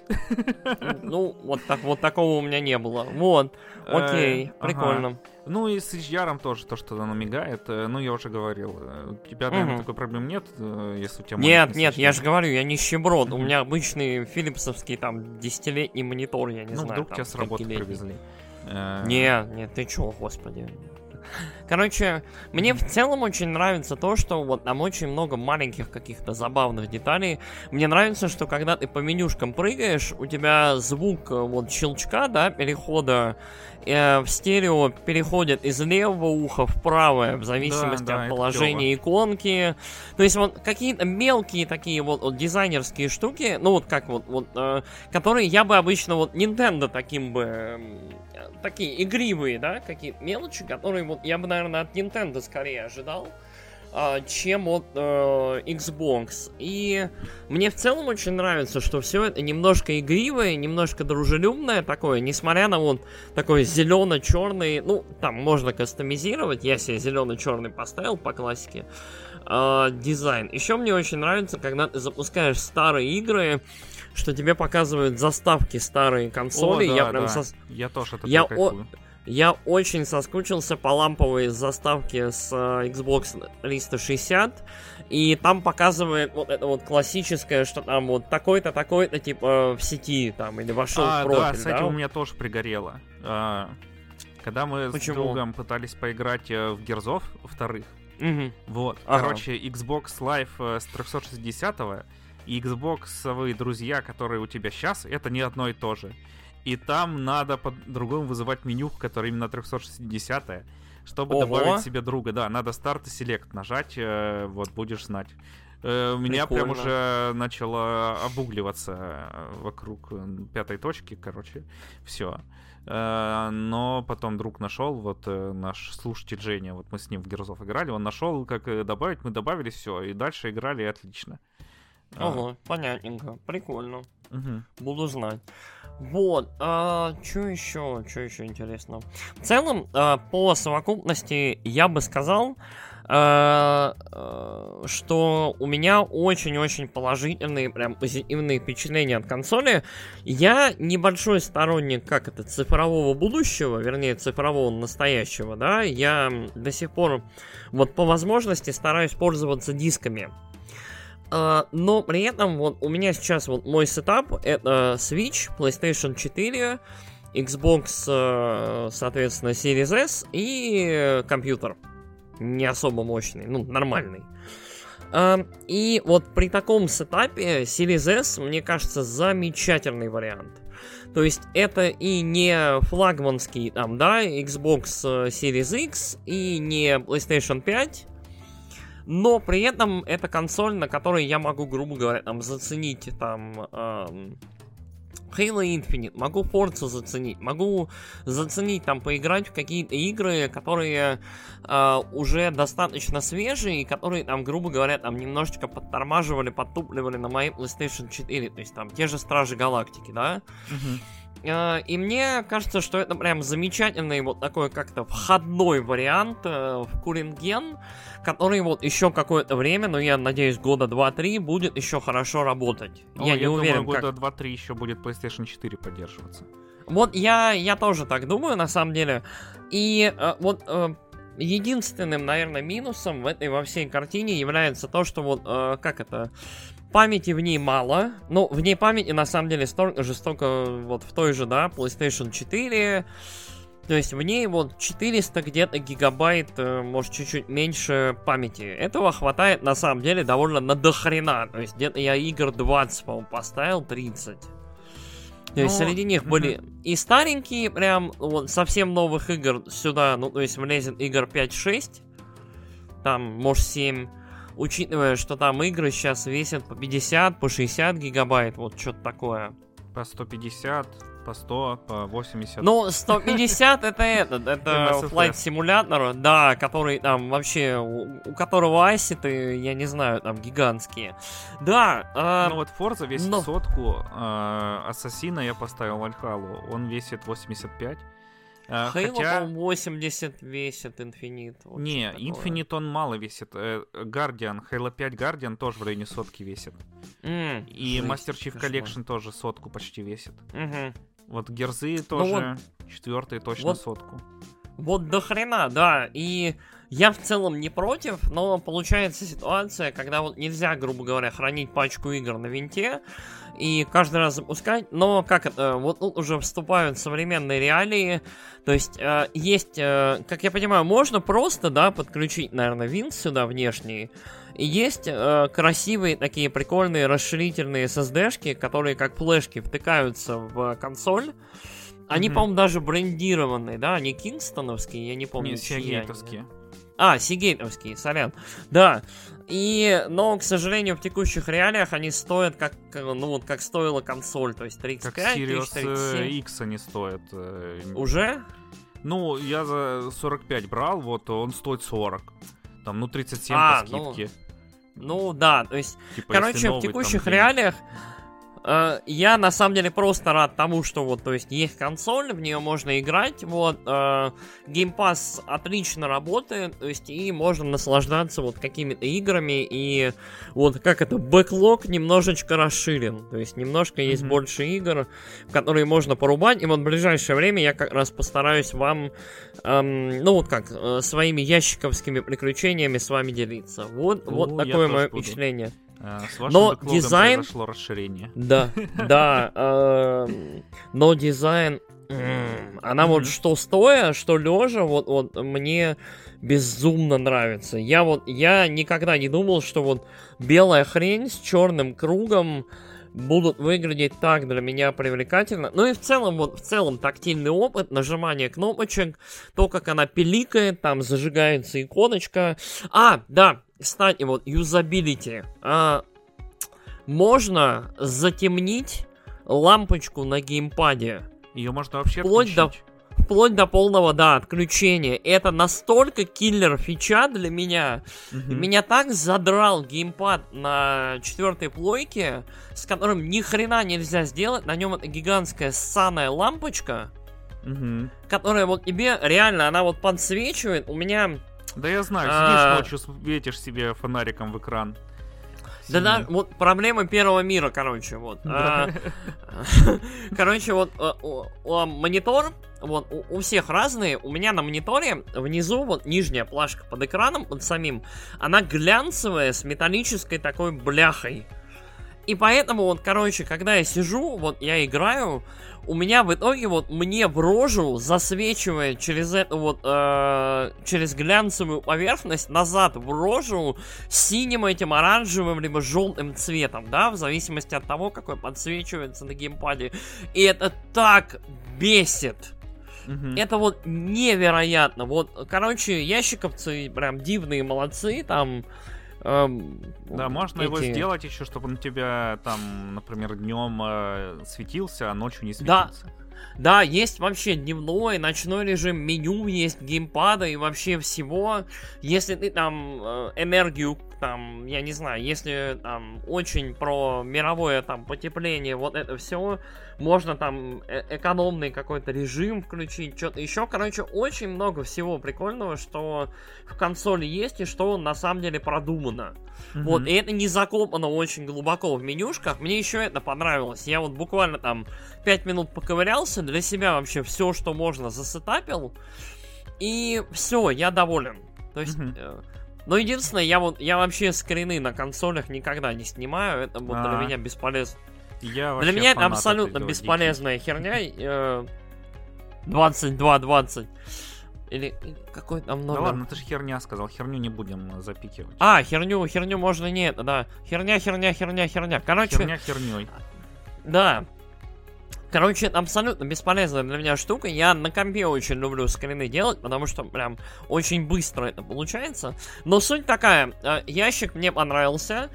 Ну, вот такого у меня не было. Вот, окей, прикольно. Ну и с HDR тоже то, что она мигает, ну я уже говорил. У тебя, наверное, такой проблем нет, если у тебя... Нет, я же говорю, я нищеброд. У меня обычный филипсовский там 10-летний монитор, я не знаю. Ну вдруг тебя с работы привезли. Нет, ты чё, господи. Короче, мне в целом очень нравится то, что вот там очень много маленьких каких-то забавных деталей. Мне нравится, что когда ты по менюшкам прыгаешь, у тебя звук вот щелчка, да, перехода в стерео переходит из левого уха в правое, в зависимости от положения иконки. То есть вот какие-то мелкие такие вот дизайнерские штуки, ну вот как которые я бы обычно вот Nintendo таким бы... Такие игривые, да, какие-то мелочи, которые вот я бы, наверное, от Nintendo скорее ожидал, чем от Xbox. И мне в целом очень нравится, что все это немножко игривое, немножко дружелюбное такое, несмотря на вот такой зелено-черный, ну, там можно кастомизировать, я себе зелено-черный поставил по классике, дизайн. Еще мне очень нравится, когда ты запускаешь старые игры, что тебе показывают заставки старые консоли. Я тоже это кайфую. Я очень соскучился по ламповой заставке с Xbox 360, и там показывает вот это вот классическое, что там вот такой-то, типа в сети там, или вошел в профиль. Да, с этим у меня тоже пригорело. Когда мы с другом пытались поиграть в Герзов вторых, вот, короче, Xbox Live с 360-го и Xbox-овые друзья, которые у тебя сейчас, это не одно и то же. И там надо по-другому вызывать меню, которое именно 360-е, чтобы добавить себе друга. Да, надо Start и Select нажать, вот, будешь знать. Меня прям уже начало обугливаться вокруг 5-й точки, короче, все. Но потом друг нашел, вот наш слушатель Женя, вот мы с ним в Герзов играли, он нашел, как добавить, мы добавили, все, и дальше играли, и отлично. Ого, понятненько, прикольно. Буду знать. Вот, что еще интересно? В целом, по совокупности я бы сказал, что у меня очень-очень положительные, прям позитивные впечатления от консоли. Я небольшой сторонник, цифрового будущего, вернее, цифрового настоящего, да, я до сих пор, вот по возможности стараюсь пользоваться дисками. Но при этом вот у меня сейчас вот мой сетап это Switch, PlayStation 4, Xbox, соответственно, Series S и компьютер. Не особо мощный, ну, нормальный. И вот при таком сетапе Series S, мне кажется, замечательный вариант. То есть это и не флагманский, там, да, Xbox Series X, и не PlayStation 5, но при этом это консоль, на которой я могу, грубо говоря, там, заценить, там, Halo Infinite, могу Forza заценить, могу заценить, там, поиграть в какие-то игры, которые уже достаточно свежие, и которые, там, грубо говоря, там, немножечко подтормаживали, подтупливали на моей PlayStation 4, то есть, там, те же Стражи Галактики, да? И мне кажется, что это прям замечательный вот такой как-то входной вариант в Current Gen, который вот еще какое-то время, но я надеюсь, года 2-3 будет еще хорошо работать. Я не уверен, думаю, года 2-3 еще будет PlayStation 4 поддерживаться. Вот я тоже так думаю, на самом деле. И вот единственным, наверное, минусом в этой во всей картине является то, что вот памяти в ней мало. Ну, в ней памяти, на самом деле, столько вот в той же, да, PlayStation 4. То есть в ней вот 400 где-то гигабайт, может, чуть-чуть меньше памяти. Этого хватает, на самом деле, довольно дохрена. То есть где-то я игр 20, по-моему, поставил, 30. То есть среди них были и старенькие, прям, вот, совсем новых игр сюда, ну, то есть влезет игр 5-6. Там, может, 7. Учитывая, что там игры сейчас весят по 50, по 60 гигабайт, вот что-то такое. По 150, по 100, по 80. Ну, 150 это Flight Simulator, да, который там вообще, у которого ассеты, я не знаю, там гигантские. Да. Ну вот Forza весит сотку, Ассасина я поставил Вальхалу, он весит 85. Halo, по-моему, 80 весит, Infinite. Вот не, Infinite он мало весит. Guardian, Halo 5 Guardian тоже в районе сотки весит. И Master Chief Collection тоже сотку почти весит. Вот Герзы тоже, четвертые точно сотку. Вот до хрена, да. И я в целом не против, но получается ситуация, когда вот нельзя, грубо говоря, хранить пачку игр на винте и каждый раз запускать, но как это, вот тут уже вступают современные реалии, то есть есть, как я понимаю, можно просто, да, подключить, наверное, винт сюда внешний, и есть красивые такие прикольные расширительные SSD-шки, которые как флешки втыкаются в консоль. Они, по-моему, даже брендированные, да, они кингстоновские, я не помню. Не, сигейтовские. Сигейтовские, сорян. Да. Но, к сожалению, в текущих реалиях они стоят как, ну вот, как стоила консоль, то есть 35, как Series 37. X они стоят. Уже? Ну, я за 45 брал, вот, он стоит 40. Там, ну, 37 по скидке. Ну, да, то есть, типа, короче, в текущих реалиях я на самом деле просто рад тому, что вот, то есть, есть консоль, в нее можно играть, вот, Game Pass отлично работает, то есть, и можно наслаждаться вот какими-то играми, и вот, как это, бэклог немножечко расширен, то есть, немножко есть больше игр, в которые можно порубать, и вот в ближайшее время я как раз постараюсь вам, ну, вот как, своими ящиковскими приключениями с вами делиться. Вот такое мое впечатление. С вашим дизайн произошло расширение. Да, но дизайн, она вот что стоя, что лежа, вот мне безумно нравится. Я никогда не думал, что вот белая хрень с черным кругом будут выглядеть так для меня привлекательно. Ну и в целом тактильный опыт, нажимание кнопочек, то, как она пиликает, там зажигается иконочка. Да, кстати, вот юзабилити. Можно затемнить лампочку на геймпаде. Ее можно вообще отключить. Вплоть до полного, отключения. Это настолько киллер фича для меня. Меня так задрал геймпад на 4-й плойке, с которым ни хрена нельзя сделать. На нем эта гигантская ссаная лампочка, которая вот тебе реально, она вот подсвечивает. У меня... Да я знаю, сидишь ночью, светишь себе фонариком в экран. Да, вот проблемы первого мира, короче, вот. Короче, вот монитор, вот, у всех разные. У меня на мониторе внизу, вот, нижняя плашка под экраном, под самим, она глянцевая, с металлической такой бляхой. И поэтому, вот, короче, когда я сижу, вот, я играю, у меня в итоге вот мне в рожу засвечивает через эту вот, через глянцевую поверхность назад в рожу синим этим оранжевым либо желтым цветом, да, в зависимости от того, какой подсвечивается на геймпаде. И это так бесит. Это вот невероятно. Вот, короче, ящиковцы прям дивные молодцы, там... Да, можно его сделать еще, чтобы он у тебя там, например, днем светился, а ночью не светился. Да, есть вообще дневной, ночной режим, меню есть геймпада и вообще всего. Если ты там энергию, там, я не знаю, если там очень про мировое там потепление, вот это все, можно там экономный какой-то режим включить, что-то еще. Короче, очень много всего прикольного, что в консоли есть и что на самом деле продумано. Вот, и это не закопано очень глубоко в менюшках. Мне еще это понравилось. Я вот буквально там 5 минут поковырялся, для себя вообще все, что можно, засетапил. И все, я доволен. То есть... Но единственное, я вообще скрины на консолях никогда не снимаю. Это вот для меня бесполезно. Для меня это абсолютно бесполезная херня. 22-20. Или какой там номер? Да ладно, ты же херня сказал. Херню не будем запикивать. Херню можно не это, да. Херня. Короче... Херня херней. Да. Короче, это абсолютно бесполезная для меня штука. Я на компе очень люблю скрины делать, потому что прям очень быстро это получается. Но суть такая, ящик мне понравился.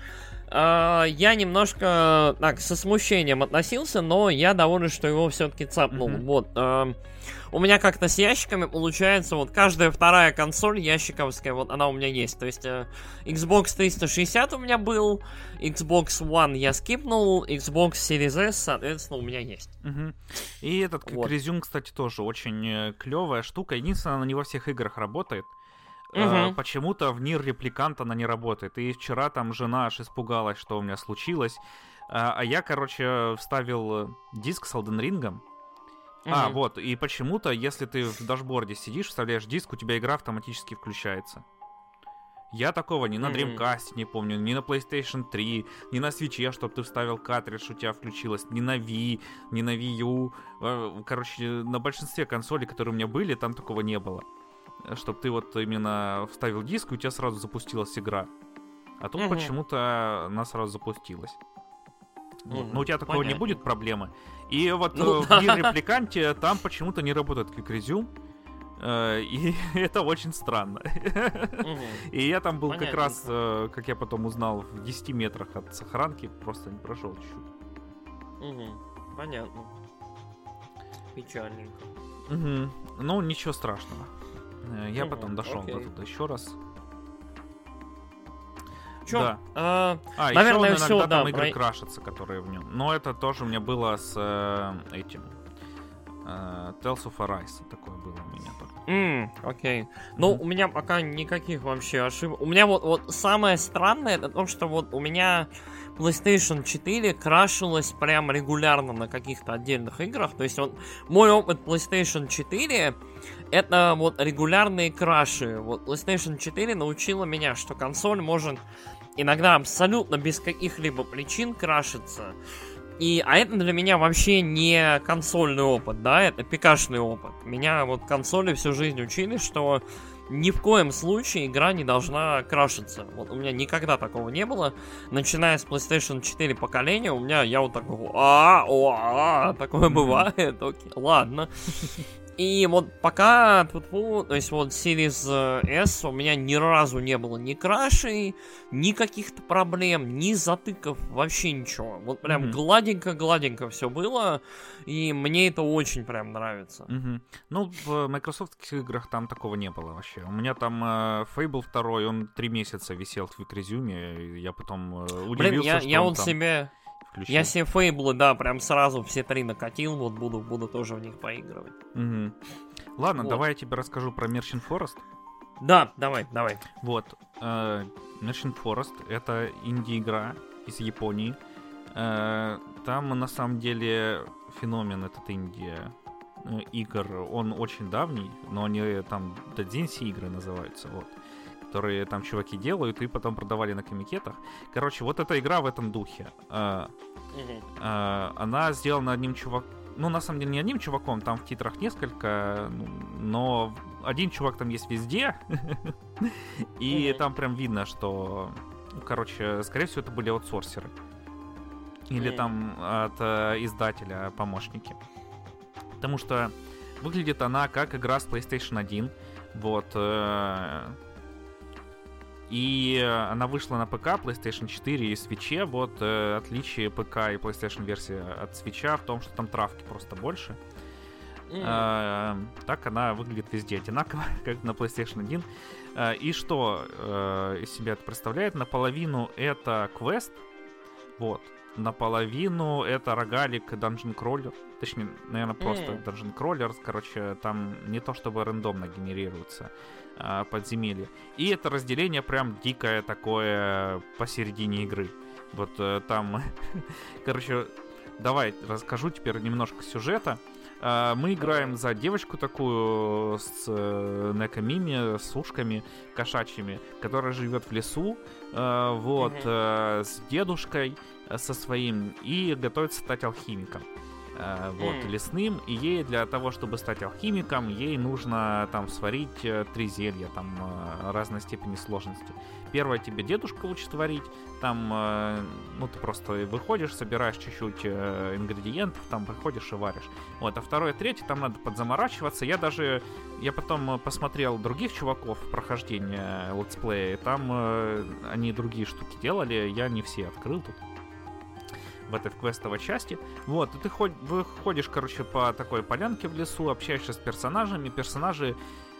Я немножко так со смущением относился, но я доволен, что его все-таки цапнул. Вот. У меня как-то с ящиками получается, вот каждая вторая консоль ящиковская, вот она у меня есть. То есть Xbox 360 у меня был, Xbox One я скипнул, Xbox Series S, соответственно, у меня есть. И этот Quick Resume, кстати, тоже очень клевая штука. Единственное, она не во всех играх работает. Почему-то в Нир Репликант она не работает. И вчера там жена аж испугалась, что у меня случилось. А я, короче, вставил диск с Elden Ring. Вот, и почему-то, если ты в дашборде сидишь, вставляешь диск, у тебя игра автоматически включается. Я такого ни на Dreamcast не помню, ни на PlayStation 3, ни на Switch, чтобы ты вставил картридж, у тебя включилось, ни на Wii, ни на Wii U. Короче, на большинстве консолей, которые у меня были, там такого не было. Чтобы ты вот именно вставил диск, и у тебя сразу запустилась игра. А тут почему-то она сразу запустилась. Но у тебя такого не будет проблемы. И вот в Нир Репликанте там почему-то не работает Quick Resume. И это очень странно. И я там был как раз, как я потом узнал, в 10 метрах от сохранки, просто не прошел чуть-чуть. Понятно. Печальненько. Ну, ничего страшного. Я потом дошел до туда еще раз. Чё? Да. Наверное, еще все, иногда там игры крашатся, которые в нем. Но это тоже у меня было с этим. Tales of Arise. Такое было у меня только. Окей. Ну, у меня пока никаких вообще ошибок. У меня вот самое странное, это то, что вот у меня PlayStation 4 крашилась прям регулярно на каких-то отдельных играх. То есть вот мой опыт PlayStation 4 это вот регулярные краши. Вот PlayStation 4 научила меня, что консоль может иногда абсолютно без каких-либо причин крашиться. А это для меня вообще не консольный опыт, да, это ПК-шный опыт. Меня вот консоли всю жизнь учили, что ни в коем случае игра не должна крашиться. Вот у меня никогда такого не было. Начиная с PlayStation 4 поколения, у меня я вот такой, такое бывает, окей, ладно. И вот пока, то есть вот Series S у меня ни разу не было ни крашей, ни каких-то проблем, ни затыков, вообще ничего. Вот прям гладенько-гладенько все было, и мне это очень прям нравится. Ну, в майкрософтских играх там такого не было вообще. У меня там Fable 2, он 3 месяца висел в Quick Resume, и я потом удивился, что я он вот там... себе... Включил. Я себе Фейблы, да, прям сразу все 3 накатил, вот буду тоже в них поигрывать. Ладно, давай я тебе расскажу про Merchant Forest. Да, давай. Вот, Merchant Forest — это инди-игра из Японии. Там, на самом деле, феномен этот инди-игр, он очень давний, но они там додзинси игры называются, вот, которые там чуваки делают и потом продавали на комикетах. Короче, вот эта игра в этом духе. Она сделана одним ну, на самом деле, не одним чуваком, там в титрах несколько, но один чувак там есть везде, и там прям видно, что, короче, скорее всего, это были аутсорсеры. Или там от издателя помощники. Потому что выглядит она как игра с PlayStation 1. Вот. И она вышла на ПК, PlayStation 4 и Switch. Вот отличие ПК и PlayStation версии от Switch в том, что там травки просто больше. Так она выглядит везде одинаково, как на PlayStation 1. И что из себя это представляет? Наполовину это квест. Вот. Наполовину это рогалик Dungeon Crawler. Точнее, наверное, просто Dungeon Crawler. Короче, там не то чтобы рандомно генерируется подземелье. И это разделение прям дикое такое посередине игры. Вот там... Короче, давай расскажу теперь немножко сюжета. Мы играем за девочку такую с некомими, с ушками кошачьими, которая живет в лесу, вот, с дедушкой со своим, и готовится стать алхимиком. Вот, лесным, и ей для того, чтобы стать алхимиком, ей нужно там сварить 3 зелья, там разной степени сложности. Первое тебе дедушка учит варить, там, ну, ты просто выходишь, собираешь чуть-чуть ингредиентов, там выходишь и варишь. Вот, а второе, третье, там надо подзаморачиваться. Я потом посмотрел других чуваков прохождения летсплея, и там они другие штуки делали, я не все открыл тут. В этой квестовой части. Вот, и ты выходишь, короче, по такой полянке в лесу, общаешься с персонажами. Персонажи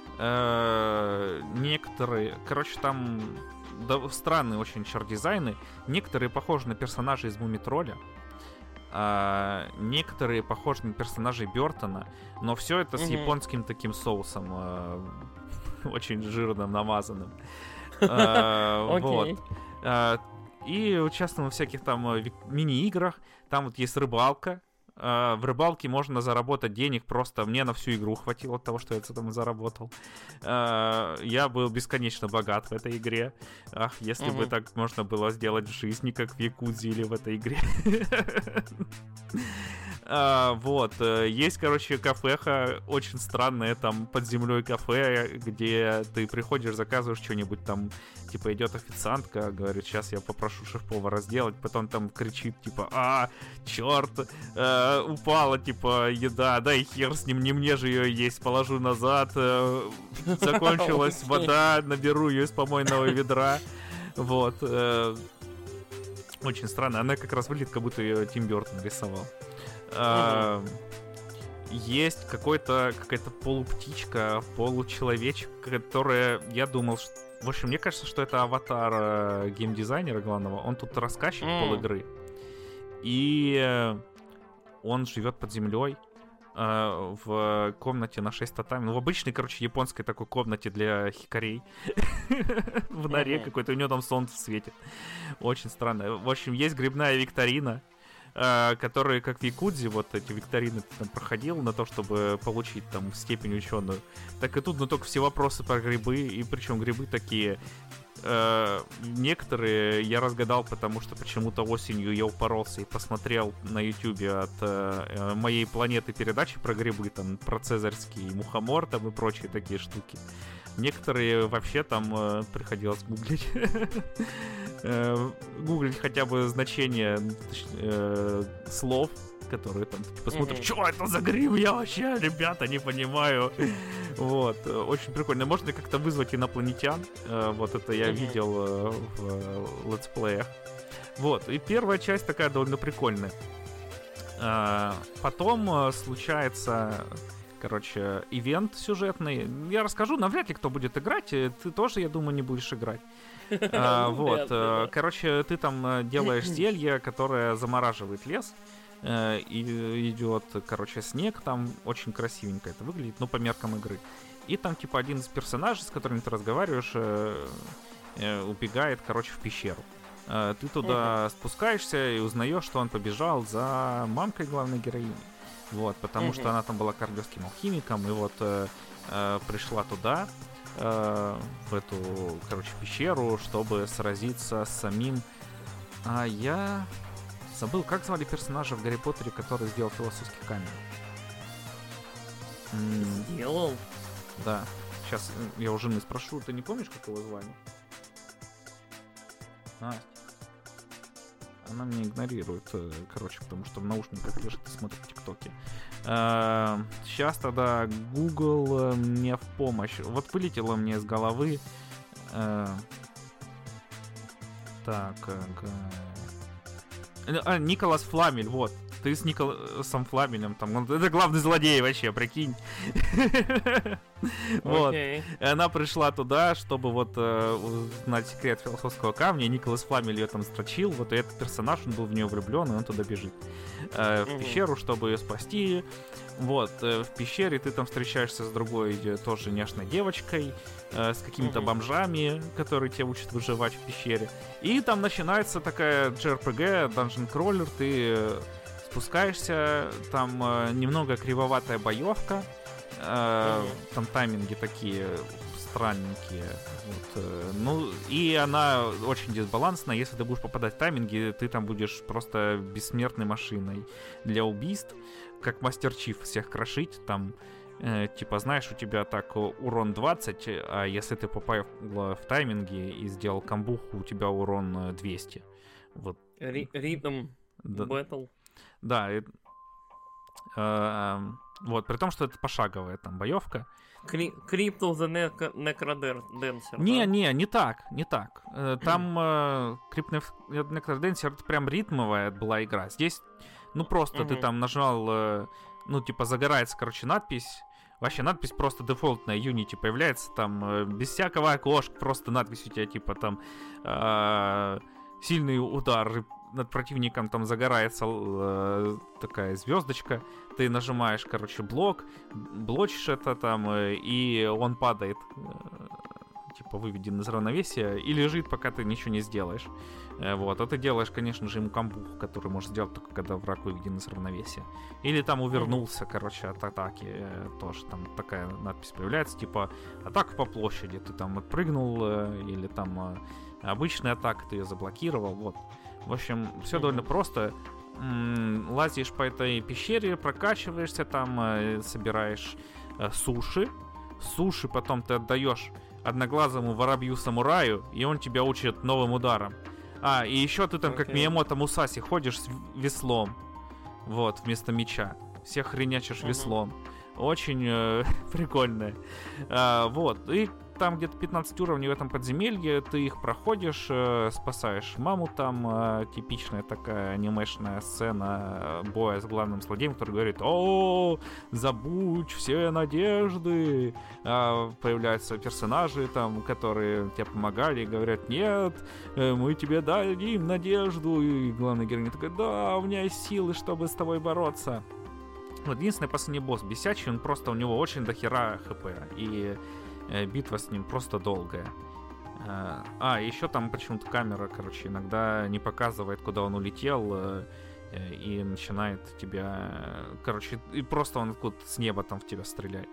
некоторые... Короче, там странные очень чар-дизайны. Некоторые похожи на персонажей из Мумитроля. Некоторые похожи на персонажей Бёртона. Но все это с японским таким соусом. Очень жирным, намазанным. Вот. И участвуем во всяких там мини-играх. Там вот есть рыбалка. В рыбалке можно заработать денег просто. Мне на всю игру хватило от того, что я там заработал. Я был бесконечно богат в этой игре. Ах, если бы так можно было сделать в жизни, как в Якудзе или в этой игре. Вот, есть, короче, кафеха, очень странное, там, под землей кафе, где ты приходишь, заказываешь что-нибудь, там, типа, идет официантка, говорит, сейчас я попрошу шеф-повара сделать, потом там кричит, типа, черт, упала, типа, еда, да и хер с ним, не мне же ее есть, положу назад, закончилась вода, наберу ее из помойного ведра, вот, очень странно, она как раз выглядит, как будто ее Тим Бёртон рисовал. Есть какая-то полуптичка, получеловечек, которая, я думал, что... В общем, мне кажется, что это аватар геймдизайнера главного. Он тут рассказчик полигры. И он живет под землей в комнате на 6 татами. Ну, в обычной, короче, японской такой комнате для хикарей. В норе какой-то, у него там солнце светит. Очень странно. В общем, есть грибная викторина, которые, как в Якудзе, вот эти викторины ты там проходил на то, чтобы получить там степень ученую. Так и тут, но только все вопросы про грибы, и причем грибы такие... некоторые я разгадал, потому что почему-то осенью я упоролся и посмотрел на ютубе от моей планеты передачи про грибы, там, про цезарский мухомор, там, и прочие такие штуки. Некоторые вообще там приходилось гуглить. Гуглить хотя бы значение слов, которые там, ты посмотришь, что это за гриб, я вообще, ребята, не понимаю. Вот, очень прикольно. Можно как-то вызвать инопланетян. Вот это я видел в летсплеях. Вот, и первая часть такая довольно прикольная. Потом случается... Короче, ивент сюжетный. Я расскажу, навряд ли кто будет играть. Ты тоже, я думаю, не будешь играть. Вот. Короче, ты там делаешь зелье, которое замораживает лес. И идет, короче, снег. Там очень красивенько это выглядит, ну, по меркам игры. И там, типа, один из персонажей, с которыми ты разговариваешь, убегает, короче, в пещеру. Ты туда спускаешься и узнаешь, что он побежал за мамкой главной героини. Вот, потому что она там была королевским алхимиком, и вот пришла туда, в эту, короче, пещеру, чтобы сразиться с самим... Забыл, как звали персонажа в Гарри Поттере, который сделал философский камень? Сделал? Да. Сейчас я у жены спрошу, ты не помнишь, как его звали? Настя. Она меня игнорирует, короче, потому что в наушниках лежит и смотрит ТикТоки. Сейчас тогда Google мне в помощь. Вот вылетело мне из головы. Так. Николас Фламель, вот. Ты с Николасом Фламелем там. Это главный злодей вообще, прикинь. Вот. Она пришла туда, чтобы вот узнать секрет философского камня. Николас Фламель ее там строчил. Вот и этот персонаж, он был в нее влюблен, и он туда бежит. В пещеру, чтобы ее спасти. Вот. В пещере ты там встречаешься с другой тоже нежной девочкой, с какими-то бомжами, которые тебя учат выживать в пещере. И там начинается такая JRPG, Dungeon Crawler. Ты спускаешься, там немного кривоватая боевка, там тайминги такие странненькие, вот, ну и она очень дисбалансная. Если ты будешь попадать в тайминги, ты там будешь просто бессмертной машиной для убийств, как Мастер Чиф всех крошить, там типа, знаешь, у тебя так урон 20, а если ты попал в тайминги и сделал камбуху, у тебя урон 200. Вот. Ритм бэтл. Да, вот, при том, что это пошаговая там боевка. Crypto the Necrodancer. Не так. Там Crypto the Necrodancer это прям ритмовая была игра. Здесь, ну просто ты там нажал, ну типа загорается, короче, надпись. Вообще надпись просто дефолтная, Unity появляется там, без всякого окошка, просто надпись у тебя типа там сильный удар, над противником там загорается такая звездочка, ты нажимаешь, короче, блочишь это там, и он падает, типа выведен из равновесия, и лежит, пока ты ничего не сделаешь. Вот, а ты делаешь, конечно же, ему камбух, который можешь сделать только когда враг выведен из равновесия. Или там увернулся, короче, от атаки, тоже там такая надпись появляется, типа атака по площади, ты там отпрыгнул, или там обычная атака, ты ее заблокировал, вот. В общем, все довольно просто. Лазишь по этой пещере, прокачиваешься там, собираешь суши. Суши потом ты отдаешь одноглазому воробью-самураю, и он тебя учит новым ударам. И еще ты там, как Миямото Мусаси, ходишь с веслом. Вот, вместо меча. Всех хренячишь веслом. Очень прикольно. Вот, и там где-то 15 уровней в этом подземелье, ты их проходишь, спасаешь маму там, типичная такая анимешная сцена боя с главным злодеем, который говорит: «О, забудь все надежды!» Появляются персонажи там, которые тебе помогали и говорят: «Нет, мы тебе дадим надежду!» И главный герой такой: «Да, у меня есть силы, чтобы с тобой бороться!» Вот единственный последний босс бесячий, он просто, у него очень дохера хп, и битва с ним просто долгая. Еще там почему-то камера, короче, иногда не показывает, куда он улетел, и начинает тебя, короче, и просто он откуда-то с неба там в тебя стреляет.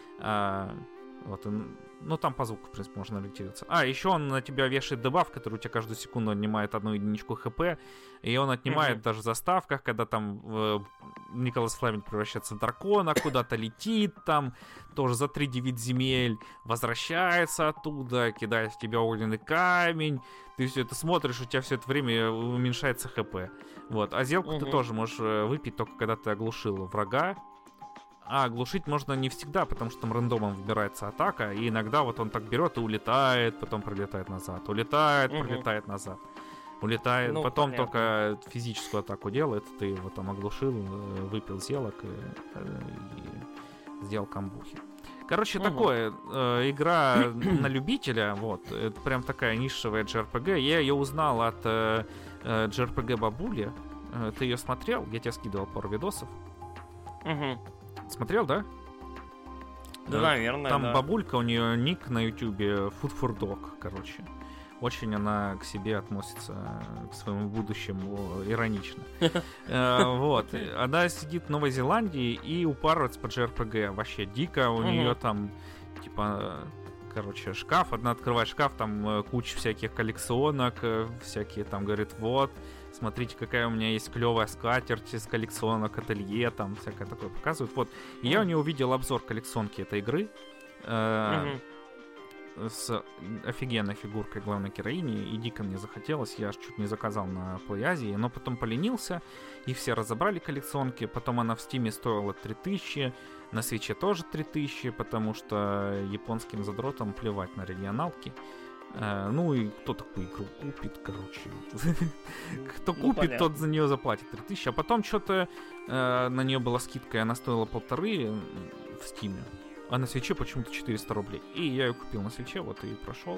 Вот, ну там по звуку, в принципе, можно ориентироваться. Еще он на тебя вешает дебаф, который у тебя каждую секунду отнимает 1 единичку хп, и он отнимает даже в заставках, когда там Николас Фламель превращается в дракона, куда-то летит там, тоже за 3-9 земель, возвращается оттуда, кидает в тебя огненный камень, ты все это смотришь, у тебя все это время уменьшается хп. Вот, а зелку ты тоже можешь выпить только когда ты оглушил врага. Оглушить можно не всегда, потому что там рандомом выбирается атака, и иногда вот он так берет и улетает, потом пролетает назад, улетает, пролетает назад, улетает, потом понятно. Только физическую атаку делает, ты его там оглушил, выпил зелок и сделал камбухи. Короче, такое, игра на любителя, вот, это прям такая нишевая JRPG, я ее узнал от JRPG Бабули, ты ее смотрел, я тебе скидывал пару видосов. Смотрел, да? Да, наверное, там да. Бабулька, у нее ник на ютубе Food for Dog, короче. Очень она к себе относится, к своему будущему, иронично. Вот. Она сидит в Новой Зеландии и упарывается по JRPG. Вообще дико. У нее там, типа, короче, шкаф. Одна открывает шкаф, там куча всяких коллекционок, всякие там, говорит, вот, смотрите, какая у меня есть клевая скатерть из коллекционок ателье, там всякое такое показывают. Вот, и я у нее увидел обзор коллекционки этой игры с офигенной фигуркой главной героини, и дико мне захотелось, я аж чуть не заказал на Play Asia, но потом поленился, и все разобрали коллекционки, потом она в Стиме стоила 3000, на Свитче тоже 3000, потому что японским задротам плевать на регионалки. Ну и кто такую игру купит, короче. Кто купит, тот за нее заплатит 3000, а потом что-то на нее была скидка, и она стоила 1500 в Стиме. А на Свитче почему-то 400 рублей. И я ее купил на Свитче, вот и прошел.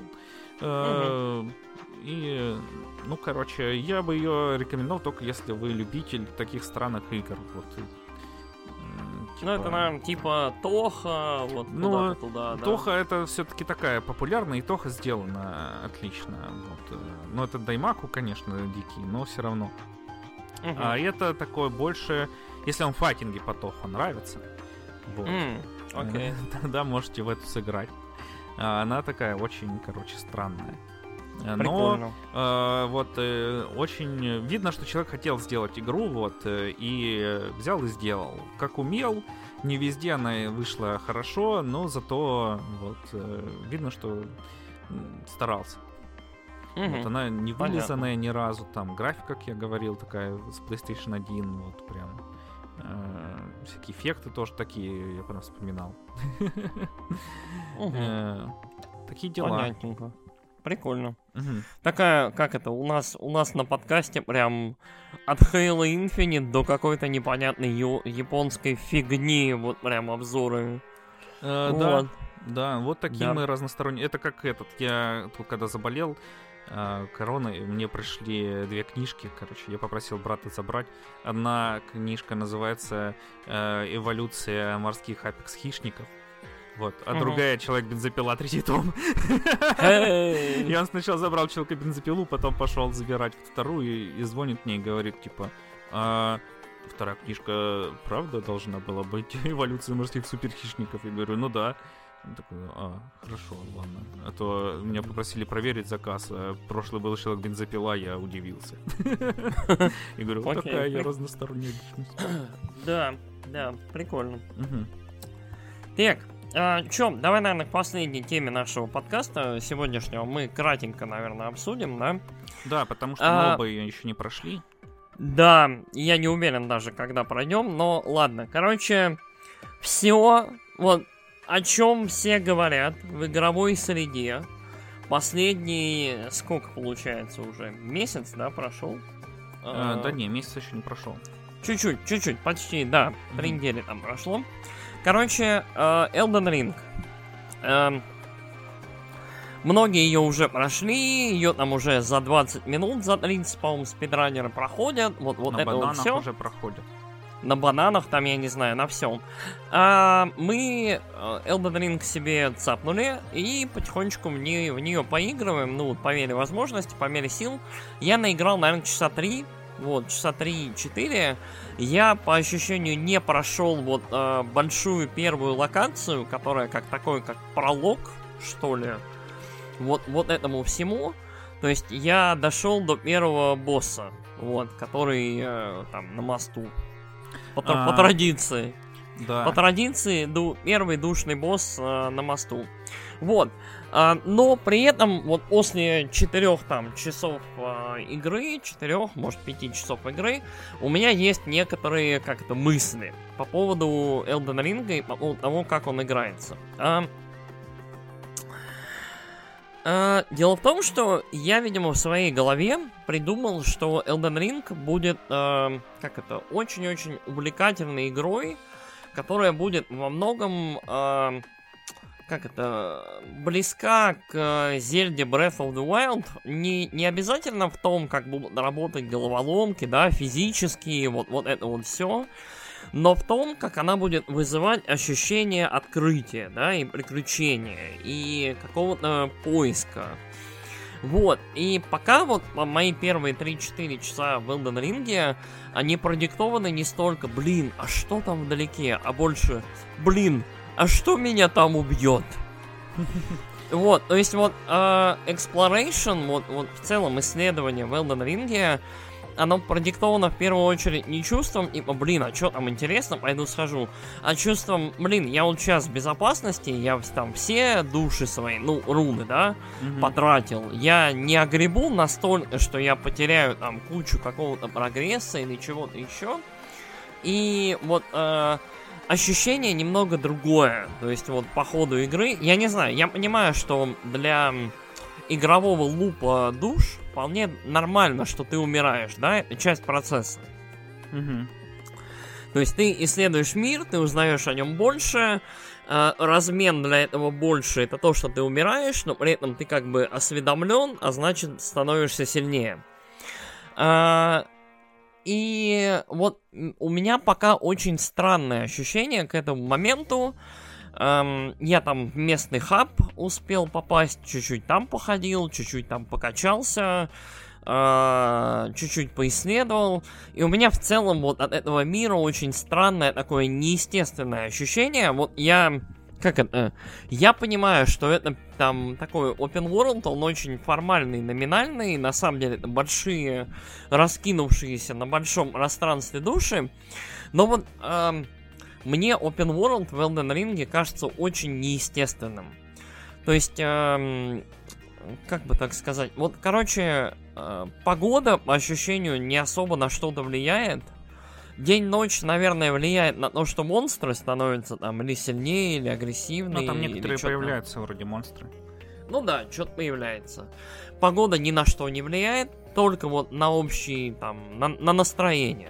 И, ну, короче, я бы ее рекомендовал только если вы любитель таких странных игр. Вот. Типа... Ну, это, наверное, типа Тоха, вот туда, да. Тоха это все-таки такая популярная, и Тоха сделана отлично. Вот. Ну, это Даймаку, конечно, дикий, но все равно. А это такое больше... Если вам файтинги по Тоху нравятся, вот. Okay. Тогда можете в эту сыграть. Она такая очень, короче, странная. Прикольно. Но вот очень видно, что человек хотел сделать игру, вот, и взял и сделал. Как умел, не везде она вышла хорошо, но зато вот видно, что старался. Вот она не вылизанная ни разу, там графика, как я говорил, такая с PlayStation 1, вот прям. Всякие эффекты тоже такие, я потом вспоминал. Такие дела. Понятненько. Прикольно. Такая, как это, у нас на подкасте прям от Halo Infinite до какой-то непонятной японской фигни, вот прям обзоры. Да, вот такие мы разносторонние. Это как я тут когда заболел короной, мне пришли 2 книжки, короче, я попросил брата забрать. Одна книжка называется «Эволюция морских апекс-хищников», вот, а другая «Человек-бензопила», 3-й том. Я он сначала забрал «Человека-бензопилу», потом пошел забирать вторую и звонит мне и говорит, типа, вторая книжка правда должна была быть «Эволюция морских суперхищников». Я говорю, ну да. Он такой, хорошо, ладно. А то меня попросили проверить заказ. Прошлый был «Человек-бензопила», я удивился. И говорю, вот такая я разносторонняя личность. Да, прикольно. Так, чё, давай, наверное, к последней теме нашего подкаста сегодняшнего мы кратенько, наверное, обсудим, да? Да, потому что мы оба ее еще не прошли. Да, я не уверен даже, когда пройдем, но ладно. Короче, все, вот, о чем все говорят в игровой среде. Последний, сколько получается уже? Месяц, да, прошел? Да не, месяц еще не прошел. Чуть-чуть, почти, да, 3 недели там прошло. Короче, Elden Ring. Многие ее уже прошли, ее там уже за 20 минут, за 30, по-моему, спидранеры проходят. Вот на это вот все. Уже проходят. На бананах, там, я не знаю, на всем. Мы Elden Ring себе цапнули и потихонечку в нее поигрываем, ну, по мере возможности, по мере сил. Я наиграл, наверное, часа 3, вот, часа 3-4. Я, по ощущению, не прошел вот большую первую локацию, которая как такой, как пролог, что ли, вот этому всему. То есть я дошел до первого босса, вот, который там на мосту. По традиции. Да. По традиции, первый душный босс на мосту. Вот. Но при этом, вот после 4 там часов игры, 4, может 5 часов игры, у меня есть некоторые как-то мысли по поводу Elden Ring и по поводу того, как он играется. Дело в том, что я, видимо, в своей голове придумал, что Elden Ring будет, очень-очень увлекательной игрой, которая будет во многом, близка к Зельде Breath of the Wild. Не обязательно в том, как будут работать головоломки, да, физические, вот это вот все. Но в том, как она будет вызывать ощущение открытия, да, и приключения, и какого-то поиска. Вот, и пока вот мои первые 3-4 часа в Elden Ring, они продиктованы не столько, а что там вдалеке, а больше, а что меня там убьет? Вот, то есть вот exploration, вот в целом исследование в Elden Ring, оно продиктовано в первую очередь не чувством, типа, блин, а что там интересно, пойду схожу, а чувством, блин, я вот сейчас в безопасности, я там все души свои, ну, руны, да, потратил, я не огребу настолько, что я потеряю там кучу какого-то прогресса или чего-то еще, и вот ощущение немного другое, то есть вот по ходу игры, я не знаю, я понимаю, что для игрового лупа душ вполне нормально, что ты умираешь, да, это часть процесса. То есть ты исследуешь мир, ты узнаешь о нем больше, размен для этого больше, это то, что ты умираешь, но при этом ты как бы осведомлен, а значит становишься сильнее. И вот у меня пока очень странное ощущение к этому моменту. Я там в местный хаб успел попасть, чуть-чуть там походил, чуть-чуть там покачался, чуть-чуть поисследовал. И у меня в целом вот от этого мира очень странное такое неестественное ощущение. Вот я... Как это? Я понимаю, что это там такой open world, он очень формальный, номинальный. На самом деле это большие, раскинувшиеся на большом пространстве души. Но вот... Мне open world в Elden Ring кажется очень неестественным. То есть, как бы так сказать, вот, короче, погода, по ощущению, не особо на что-то влияет. День-ночь, наверное, влияет на то, что монстры становятся там или сильнее, или агрессивнее. Ну, там некоторые появляются вроде монстры. Ну да, что-то появляется. Погода ни на что не влияет, только вот на общий, там, на настроение.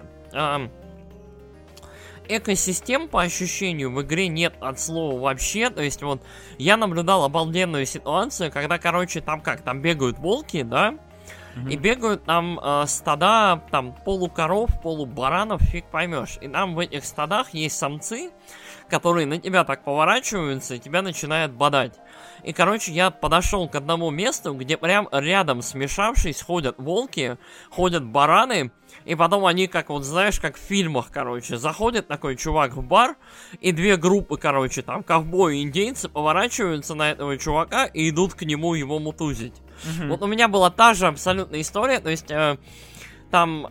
Экосистем, по ощущению, в игре нет от слова вообще. То есть вот я наблюдал обалденную ситуацию, когда, короче, там бегают волки, да? И бегают там стада, там полукоров, полубаранов, фиг поймешь. И там в этих стадах есть самцы, которые на тебя так поворачиваются и тебя начинают бодать. И, короче, я подошел к одному месту, где прям рядом, смешавшись, ходят волки, ходят бараны, и потом они, как вот, знаешь, как в фильмах, короче, заходит такой чувак в бар, и две группы, короче, там, ковбои и индейцы поворачиваются на этого чувака и идут к нему его мутузить. Вот у меня была та же абсолютная история, то есть... Там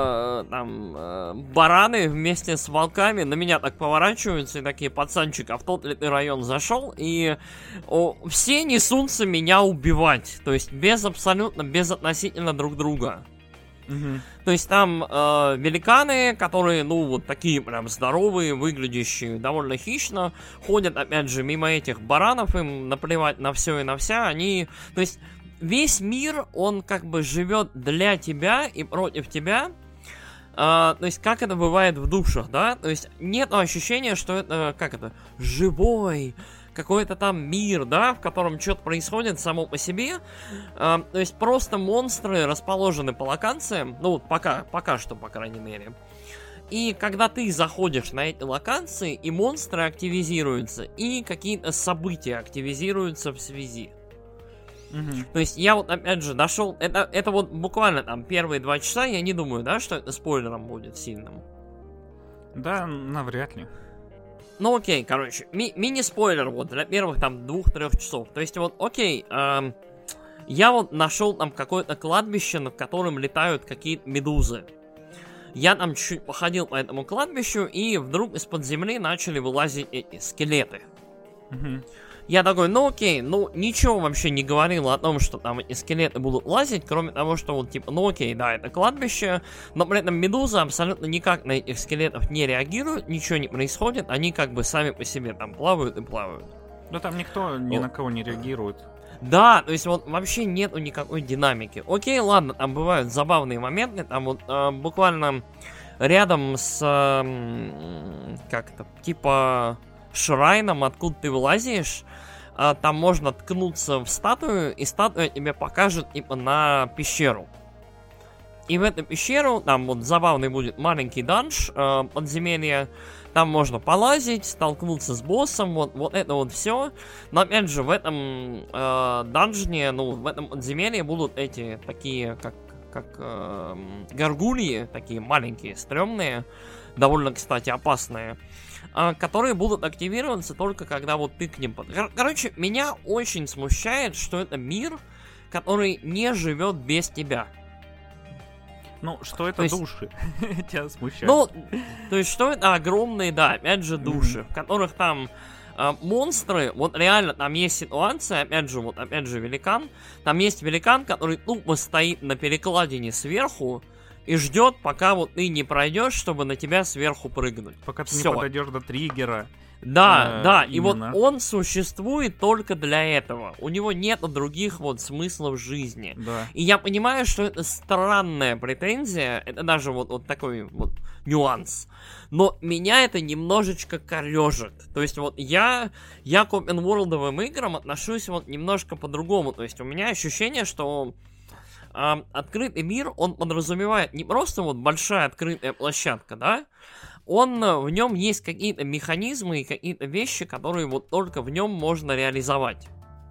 бараны вместе с волками на меня так поворачиваются и такие: пацанчик, а в тот ли ты район зашел? И все несутся меня убивать. То есть абсолютно безотносительно друг друга. То есть там великаны, которые, ну, вот такие прям здоровые, выглядящие довольно хищно, ходят, опять же, мимо этих баранов, им наплевать на все и на вся, они... То есть... Весь мир, он как бы живет для тебя и против тебя. То есть, как это бывает в душах, да? То есть, нет ощущения, что это, живой какой-то там мир, да, в котором что-то происходит само по себе. То есть, просто монстры расположены по локациям. Ну, вот пока что, по крайней мере. И когда ты заходишь на эти локации, и монстры активизируются, и какие-то события активизируются в связи. То есть я вот опять же дошел, это вот буквально там первые 2 часа, я не думаю, да, что это спойлером будет сильным. Да, навряд ли. Ну окей, короче, мини-спойлер вот для первых там 2-3 часов. То есть вот окей, я вот нашел там какое-то кладбище, над которым летают какие-то медузы. Я там чуть-чуть походил по этому кладбищу, и вдруг из-под земли начали вылазить эти скелеты. Я такой, ну окей, ну ничего вообще не говорило о том, что там эти скелеты будут лазить, кроме того, что вот типа, ну окей, да, это кладбище, но при этом медузы абсолютно никак на этих скелетов не реагируют, ничего не происходит, они как бы сами по себе там плавают и плавают. Да там никто ни на кого не реагирует. Да, то есть вот вообще нету никакой динамики. Окей, ладно, там бывают забавные моменты, там вот буквально рядом с, типа шрайном, откуда ты вылазишь, там можно ткнуться в статую, и статуя тебе покажет типа на пещеру. И в эту пещеру, там вот забавный будет маленький данж, подземелье, там можно полазить, столкнуться с боссом, вот это вот все. Но опять же, в этом данжне, ну, в этом подземелье будут эти такие, как гаргульи, такие маленькие, стрёмные, довольно, кстати, опасные. которые будут активироваться только когда вот ты к ним... Короче, меня очень смущает, что это мир, который не живет без тебя. Ну, что это души? Тебя смущает. Ну, то есть, что это огромные, да, опять же, души, в которых там монстры, вот реально там есть ситуация, опять же, великан, там есть великан, который тупо стоит на перекладине сверху и ждет, пока вот ты не пройдешь, чтобы на тебя сверху прыгнуть. Пока ты не подойдешь до триггера. Да, и вот он существует только для этого. У него нет других вот смыслов жизни. Да. И я понимаю, что это странная претензия, это даже вот такой вот нюанс. Но меня это немножечко корежит. То есть вот я к open-world'овым играм отношусь вот немножко по-другому. То есть у меня ощущение, что открытый мир, он подразумевает не просто вот большая открытая площадка, да? В нем есть какие-то механизмы и какие-то вещи, которые вот только в нем можно реализовать.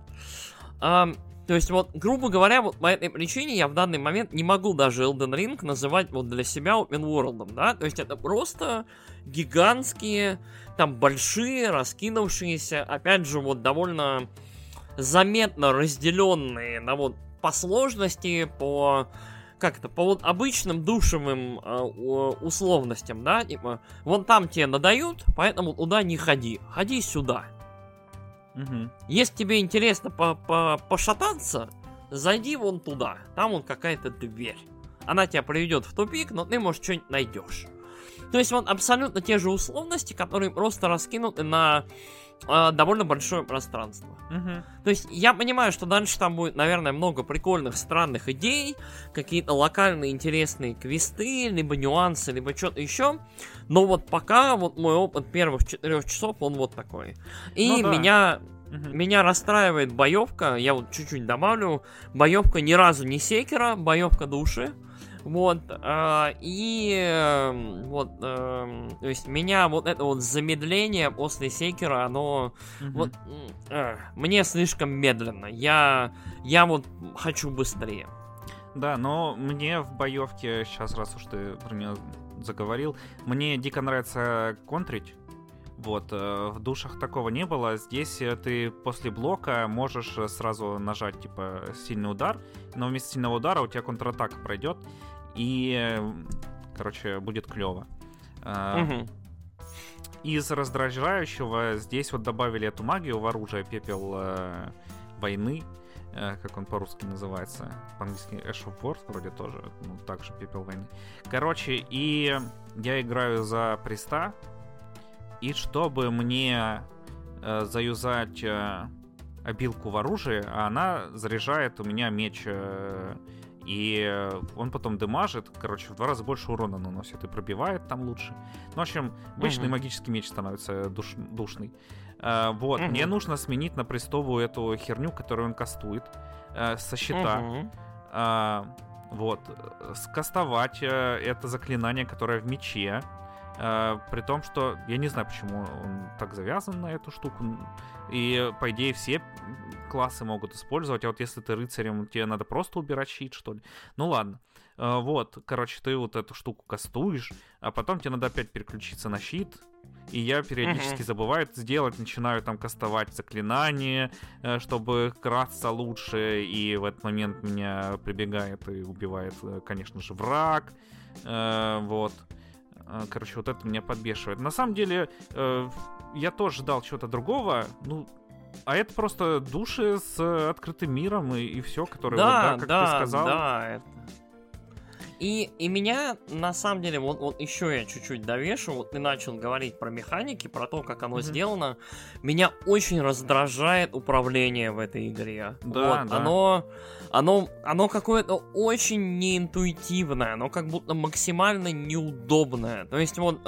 То есть вот, грубо говоря, вот по этой причине я в данный момент не могу даже Elden Ring называть вот для себя open world'ом, да? То есть это просто гигантские, там большие, раскинувшиеся, опять же, вот довольно заметно разделенные на вот по сложности, по вот обычным душевым условностям, да, типа, вон там тебе надают, поэтому туда не ходи, ходи сюда. Угу. Если тебе интересно пошататься, зайди вон туда, там вон какая-то дверь. Она тебя приведет в тупик, но ты, может, что-нибудь найдешь. То есть вот абсолютно те же условности, которые просто раскинуты на довольно большое пространство. То есть я понимаю, что дальше там будет, наверное, много прикольных, странных идей, какие-то локальные интересные квесты, либо нюансы, либо что-то еще. Но вот пока вот мой опыт первых 4 часов, он вот такой. И меня расстраивает боевка, я вот чуть-чуть добавлю, боевка ни разу не секера, боевка души. Вот, то есть меня вот это вот замедление после секера, оно вот мне слишком медленно. Я вот хочу быстрее. Да, но мне в боевке, сейчас раз уж ты про нее заговорил, мне дико нравится контрить. Вот, в душах такого не было. Здесь ты после блока можешь сразу нажать, типа, сильный удар, но вместо сильного удара у тебя контратака пройдет, и, короче, будет клево. Из раздражающего здесь вот добавили эту магию в оружие, пепел войны, как он по-русски называется, по-английски Ash of War вроде тоже, ну, также пепел войны. Короче, и я играю за приста, и чтобы мне заюзать обилку в оружии, она заряжает у меня меч, и он потом демажит, короче, в 2 раза больше урона наносит и пробивает там лучше. Ну, в общем, обычный магический меч становится душный. Вот, мне нужно сменить на пристовую эту херню, которую он кастует со щита. Вот, скастовать это заклинание, которое в мече. При том, что я не знаю, почему он так завязан на эту штуку. И, по идее, все классы могут использовать. А вот если ты рыцарем, тебе надо просто убирать щит, что ли. Ну ладно. Вот, короче, ты вот эту штуку кастуешь, а потом тебе надо опять переключиться на щит. И я периодически забываю это сделать, начинаю там кастовать заклинания, чтобы краться лучше. И в этот момент меня прибегает и убивает, конечно же, враг. Вот. Короче, вот это меня подбешивает. На самом деле, я тоже ждал чего-то другого. Ну, а это просто души с открытым миром и все, которые, да, вот, да, как ты сказал. Да. И меня, на самом деле, вот еще я чуть-чуть довешу. Вот ты начал говорить про механики, про то, как оно сделано. Меня очень раздражает управление в этой игре. Да, вот, да. Оно какое-то очень неинтуитивное, оно как будто максимально неудобное. То есть вот,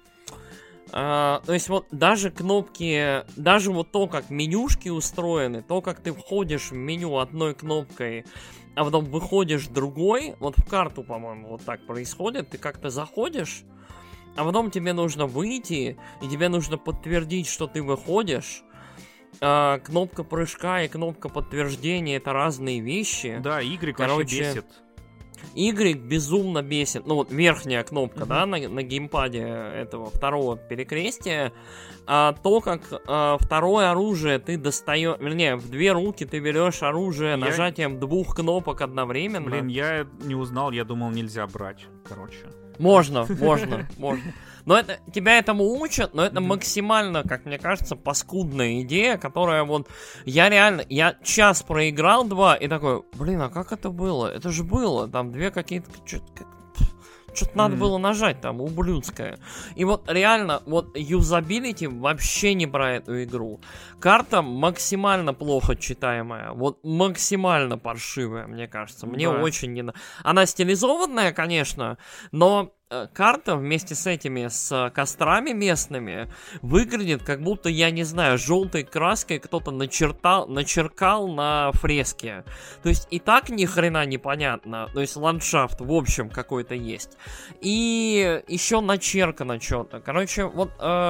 даже кнопки, даже вот то, как менюшки устроены, то, как ты входишь в меню одной кнопкой, а потом выходишь другой, вот в карту, по-моему, вот так происходит, ты как-то заходишь, а потом тебе нужно выйти, и тебе нужно подтвердить, что ты выходишь. Кнопка прыжка и кнопка подтверждения — это разные вещи. Да, Y вообще бесит. Y безумно бесит. Ну вот верхняя кнопка, да, на геймпаде этого второго перекрестия. То, как второе оружие ты достаешь... Вернее, в две руки ты берешь оружие нажатием двух кнопок одновременно. Блин, я не узнал, я думал, нельзя брать, короче. Можно. Но это, тебя этому учат, но это максимально, как мне кажется, паскудная идея, которая вот... Я час проиграл 2 и такой, блин, а как это было? Это же было, там две какие-то... Что-то надо было нажать там, ублюдское. И вот реально, вот юзабилити вообще не про эту игру. Карта максимально плохо читаемая. Вот максимально паршивая, мне кажется. Мне очень не... Она стилизованная, конечно, но... Карта вместе с с кострами местными выглядит, как будто, я не знаю, желтой краской кто-то начеркал на фреске. То есть и так ни хрена непонятно. То есть ландшафт в общем какой-то есть. И еще начеркано что-то. Короче, вот...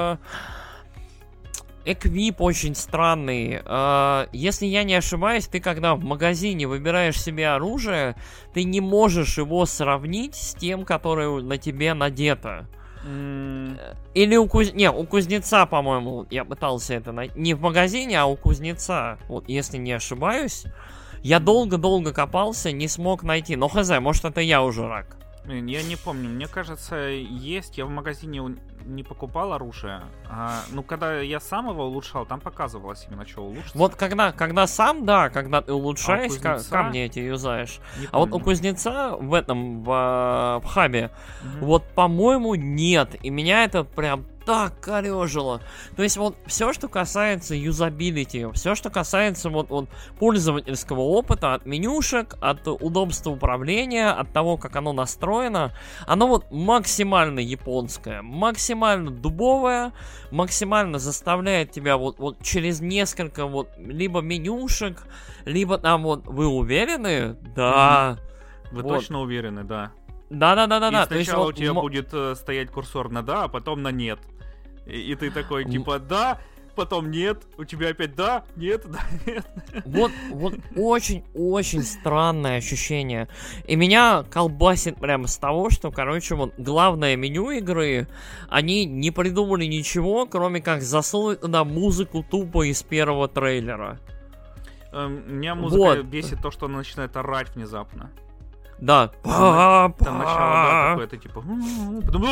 Эквип очень странный. Если я не ошибаюсь, ты когда в магазине выбираешь себе оружие, ты не можешь его сравнить с тем, которое на тебе надето. Или у кузнеца, по-моему, я пытался это найти. Не в магазине, а у кузнеца. Вот, если не ошибаюсь. Я долго-долго копался, не смог найти. Но хз, может это я уже рак. Я не помню, мне кажется, есть. Я в магазине не покупал оружие. Ну, когда я сам его улучшал, там показывалось именно, что улучшить. Вот когда сам, да, когда ты улучшаешь, камни эти юзаешь. А вот у кузнеца в этом, в хабе, вот, по-моему, нет. И меня это прям так корежило. То есть вот все, что касается юзабилити, все, что касается вот пользовательского опыта, от менюшек, от удобства управления, от того, как оно настроено, оно вот максимально японское, максимально дубовое, максимально заставляет тебя вот через несколько вот либо менюшек, либо там вот вы уверены? Да. Вы точно уверены, да. Да. И сначала у тебя будет стоять курсор на да, а потом на нет. И ты такой, типа, да, потом нет, у тебя опять да, нет, да, нет. Вот очень-очень странное ощущение. И меня колбасит прямо с того, что, короче, вот главное меню игры, они не придумали ничего, кроме как засунуть туда музыку тупо из первого трейлера. Меня музыка бесит то, что она начинает орать внезапно. Да. Там начало, да, такое, ты типа... Потом...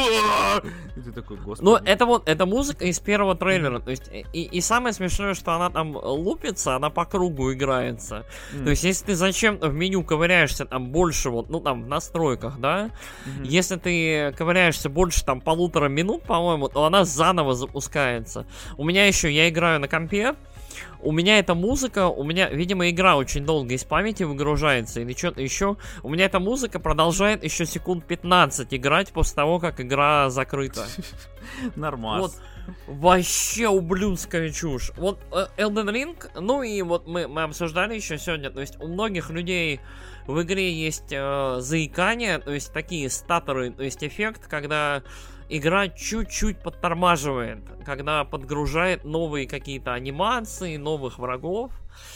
И ты такой, господи. Ну, это музыка из первого трейлера. То есть, и самое смешное, что она там лупится, она по кругу играется. То есть, если ты зачем-то в меню ковыряешься там больше, вот, ну, там, в настройках, да? Если ты ковыряешься больше, там, 1,5 минут, по-моему, то она заново запускается. У меня еще, я играю на компе, у меня эта музыка, видимо, игра очень долго из памяти выгружается или что-то еще. У меня эта музыка продолжает еще секунд 15 играть после того, как игра закрыта. Нормально. Вот, вообще ублюдская чушь. Вот Elden Ring, ну и вот мы обсуждали еще сегодня, то есть у многих людей в игре есть заикание, то есть такие статоры, то есть эффект, когда... Игра чуть-чуть подтормаживает, когда подгружает новые какие-то анимации, новых врагов.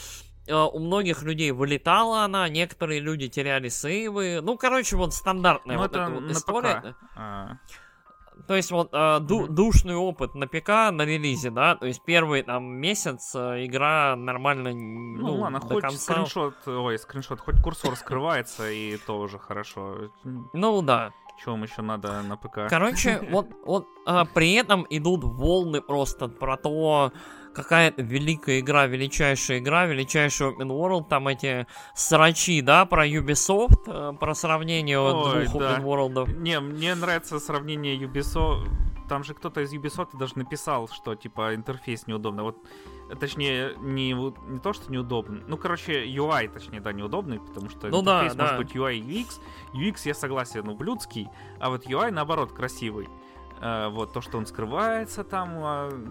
У многих людей вылетала она, некоторые люди теряли сейвы. Ну, короче, вот стандартная вот эта вот история. То есть вот душный опыт на ПК на релизе, да, то есть первый там месяц игра нормально, ну ладно, до хоть конца. скриншот, хоть курсор скрывается, и то уже хорошо. Ну да. Чего вам еще надо на ПК? Короче, вот при этом идут волны просто про то, какая-то великая игра, величайший Open World, там эти срачи, да, про Ubisoft, про сравнение двух Open World'ов. Не, мне нравится сравнение Ubisoft. Там же кто-то из Ubisoft даже написал, что, типа, интерфейс неудобный. Вот, точнее, не то, что неудобный. Ну, короче, UI, точнее, да, неудобный, потому что интерфейс может быть UI и UX. UX, я согласен, ублюдский, а вот UI, наоборот, красивый. Вот, то, что он скрывается там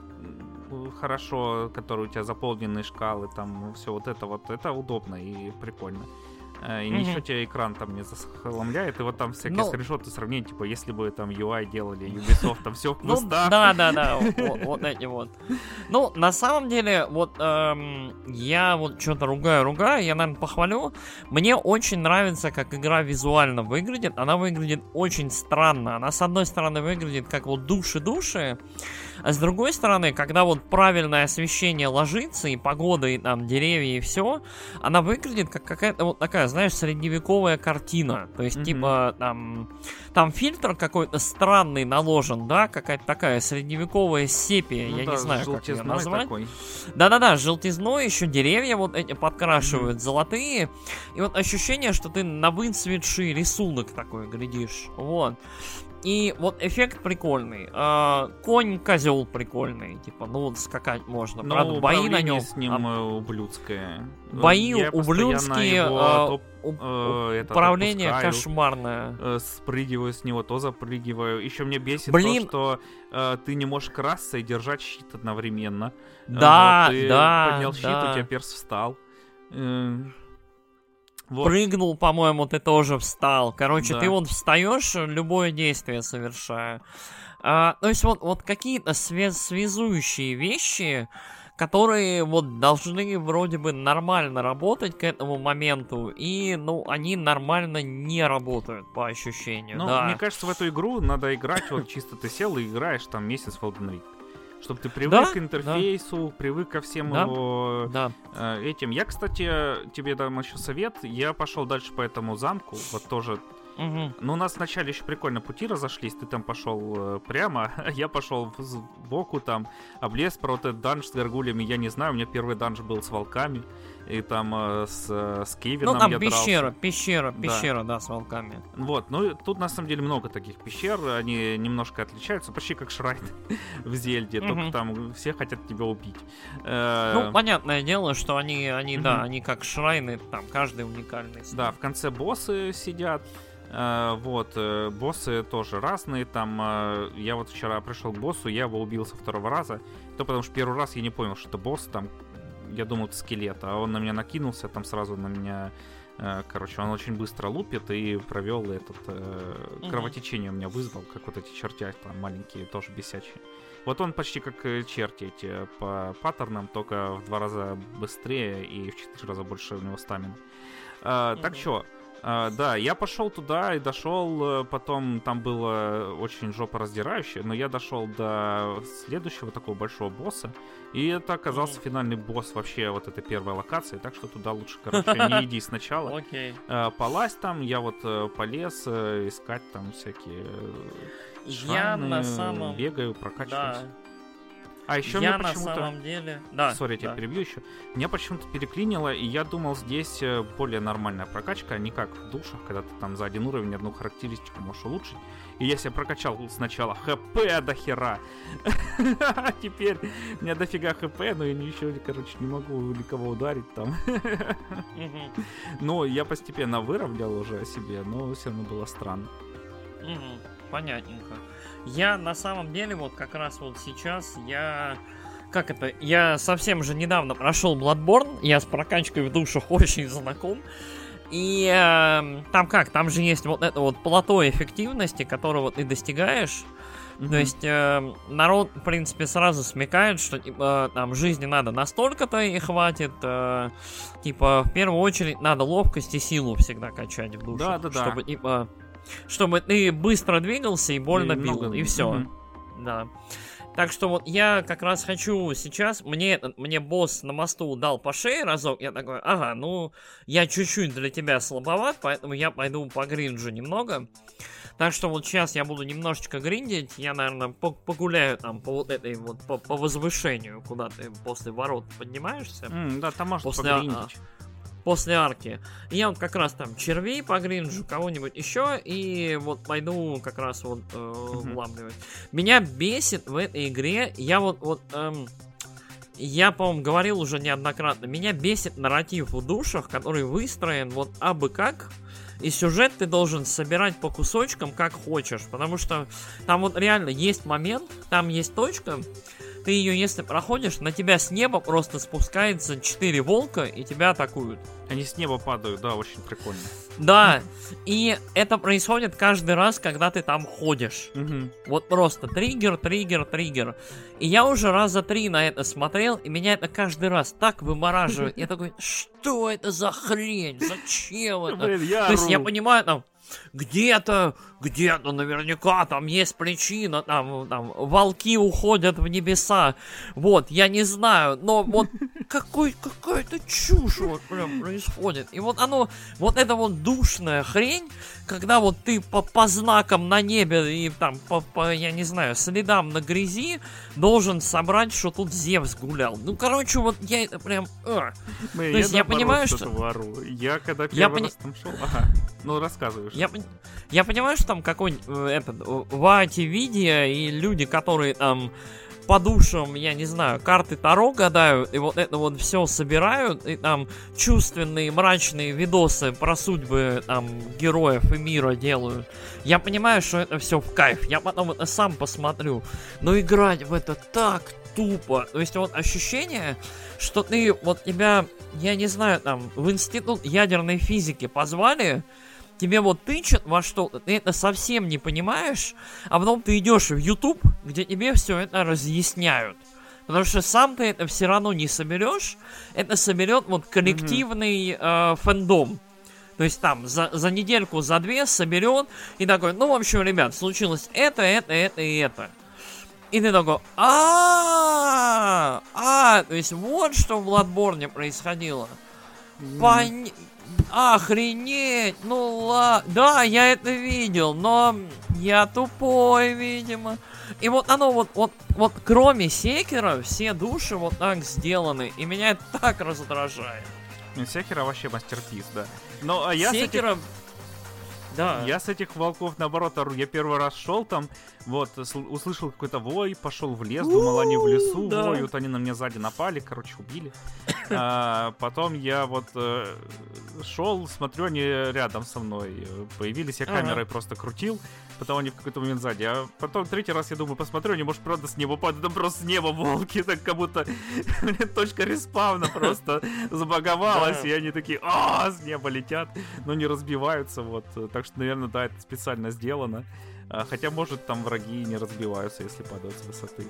хорошо, которые у тебя заполненные шкалы, там, все вот это удобно и прикольно. И ничего тебе экран там не захламляет, и вот там всякие скриншоты сравнения, типа, если бы там UI делали Ubisoft, там все в кустах. Да, вот эти вот. Ну, на самом деле, вот я вот что-то ругаю, я, наверное, похвалю. Мне очень нравится, как игра визуально выглядит. Она выглядит очень странно. Она, с одной стороны, выглядит как вот души, а с другой стороны, когда вот правильное освещение ложится, и погода, и там деревья, и все, она выглядит как какая-то вот такая, знаешь, средневековая картина. То есть, типа, там фильтр какой-то странный наложен, да, какая-то такая средневековая сепия, я не знаю, как ее назвать. Такой. Да-да-да, желтизной, еще деревья вот эти подкрашивают, золотые, и вот ощущение, что ты на выцветший рисунок такой глядишь, вот. И вот эффект прикольный. Конь-козел прикольный. Типа, ну вот скакать можно. Но правда, бои на нем. С ним ублюдское. Бои ублюдские. Управление кошмарное. Спрыгиваю с него, то запрыгиваю. Еще мне бесит то, что ты не можешь красться и держать щит одновременно. Да, вот, да. Поднял щит, у тебя перс встал. Вот. Прыгнул, по-моему, ты тоже встал. Короче, ты вот встаешь, любое действие совершая. То есть вот какие-то связующие вещи, которые вот должны вроде бы нормально работать к этому моменту, и, ну, они нормально не работают по ощущению. Ну, мне кажется, в эту игру надо играть, вот чисто ты сел и играешь там месяц в Elden Ring. Чтобы ты привык к интерфейсу, привык ко всем его этим. Я, кстати, тебе дам еще совет. Я пошел дальше по этому замку. Вот тоже. Ну, у нас вначале еще прикольно пути разошлись. Ты там пошел прямо, я пошел сбоку, там облез про вот этот данж с горгульями. Я не знаю, у меня первый данж был с волками. И там с Кевином там я дрался. Пещера, да, с волками. Вот, ну тут на самом деле много таких пещер, они немножко отличаются, почти как шрайны в Зельде, только там все хотят тебя убить. Ну, понятное дело, что они как шрайны, там каждый уникальный. Да, в конце боссы сидят. Вот, боссы тоже разные. Там я вот вчера пришел к боссу, я его убил со второго раза. То потому что первый раз я не понял, что это босс, там я думал, это скелет, а он на меня накинулся, там сразу на меня, короче, он очень быстро лупит и провел этот кровотечение у меня вызвал, как вот эти чертя там маленькие, тоже бесячие. Вот он почти как черти эти по паттернам, только в 2 раза быстрее и в 4 раза больше у него стамина. Так что, да, я пошел туда и дошел, потом там было очень жопораздирающе, но я дошел до следующего такого большого босса, и это оказался финальный босс вообще вот этой первой локации, так что туда лучше, короче, не иди сначала. Полазь там, я вот полез искать там всякие шрайны, бегаю, прокачиваюсь. А еще мне почему-то... на самом деле... Да, сори, я тебя перебью еще. Меня почему-то переклинило, и я думал, здесь более нормальная прокачка, а не как в душах, когда ты там за один уровень одну характеристику можешь улучшить. И я себя прокачал сначала ХП до хера. Теперь у меня дофига ХП, но я ничего, короче, не могу никого ударить там. Но я постепенно выровнял уже себе, но все равно было странно. Понятненько. Я на самом деле вот как раз вот сейчас я совсем же недавно прошел Bloodborne, я с прокачкой в душах очень знаком. И там же есть вот это вот плато эффективности, которого ты достигаешь. То есть народ, в принципе, сразу смекает, что типа там жизни надо настолько-то и хватит. Типа, в первую очередь надо ловкость и силу всегда качать в душе. Да. Чтобы ты быстро двигался и больно бил, и все. Да. Так что вот я как раз хочу сейчас, мне босс на мосту дал по шее разок, я такой, ага, ну, я чуть-чуть для тебя слабоват, поэтому я пойду погринджу немного. Так что вот сейчас я буду немножечко гриндить, я, наверное, погуляю там по вот этой вот, по возвышению, куда ты после ворот поднимаешься. Да, там можно погриндить. После арки. Я вот как раз там червей погринжу, кого-нибудь еще, и вот пойду как раз вот вламливать. Меня бесит в этой игре, я я, по-моему, говорил уже неоднократно, меня бесит нарратив в душах, который выстроен вот абы как, и сюжет ты должен собирать по кусочкам, как хочешь, потому что там вот реально есть момент, там есть точка, ты ее, если проходишь, на тебя с неба просто спускается 4 волка и тебя атакуют. Они с неба падают, да, очень прикольно. Да, и это происходит каждый раз, когда ты там ходишь. Угу. Вот просто триггер, триггер, триггер. И я уже раза 3 на это смотрел, и меня это каждый раз так вымораживает. Я такой, что это за хрень? Зачем это? Блин, я То есть я ору. понимаю, там, где-то наверняка там есть причина, там волки уходят в небеса. Вот, я не знаю, но вот какая-то чушь вот прям происходит. И вот оно, вот эта вот душная хрень, когда вот ты по знакам на небе и там по, я не знаю, следам на грязи должен собрать, что тут Зевс гулял. Ну, короче, вот я это прям... То есть я понимаю, что... Вору. Я когда Я первый раз там шел... Ага. Ну, рассказываешь. Я понимаю, что там какой-нибудь Ваати-видео и люди, которые там по душам, я не знаю, карты Таро гадают, и вот это вот все собирают, и там чувственные, мрачные видосы про судьбы там героев и мира делают. Я понимаю, что это все в кайф, я потом это сам посмотрю, но играть в это так тупо. То есть вот ощущение, что ты, вот тебя, я не знаю, там, в институт ядерной физики позвали, тебе вот тычут во что-то, ты это совсем не понимаешь, а потом ты идешь в YouTube, где тебе все это разъясняют. Потому что сам ты это все равно не соберешь, это соберет вот коллективный фэндом. То есть там за недельку, за 2 соберет и такой, ну, в общем, ребят, случилось это и это. И ты такой, то есть вот что в Bloodborne происходило. Охренеть, ну ладно, да, я это видел, но я тупой, видимо. И вот оно вот кроме Секера, все души вот так сделаны, и меня это так раздражает. Секера вообще мастерпис, да. Ну, а я Секера... Да. Я с этих волков, наоборот, ору. Я первый раз шел там, вот, услышал какой-то вой, пошел в лес, думал, они в лесу воют, они на меня сзади напали, короче, убили. Потом я вот шел, смотрю, они рядом со мной появились, я камерой просто крутил, потом они в какой-то момент сзади. А потом 3-й раз я думаю, посмотрю, они, может, правда с неба падают, там просто с неба волки, так как будто точка респавна просто забаговалась, и они такие, с неба летят, но не разбиваются, вот. Так что, наверное, да, это специально сделано. Хотя, может, там враги не разбиваются, если падают с высоты.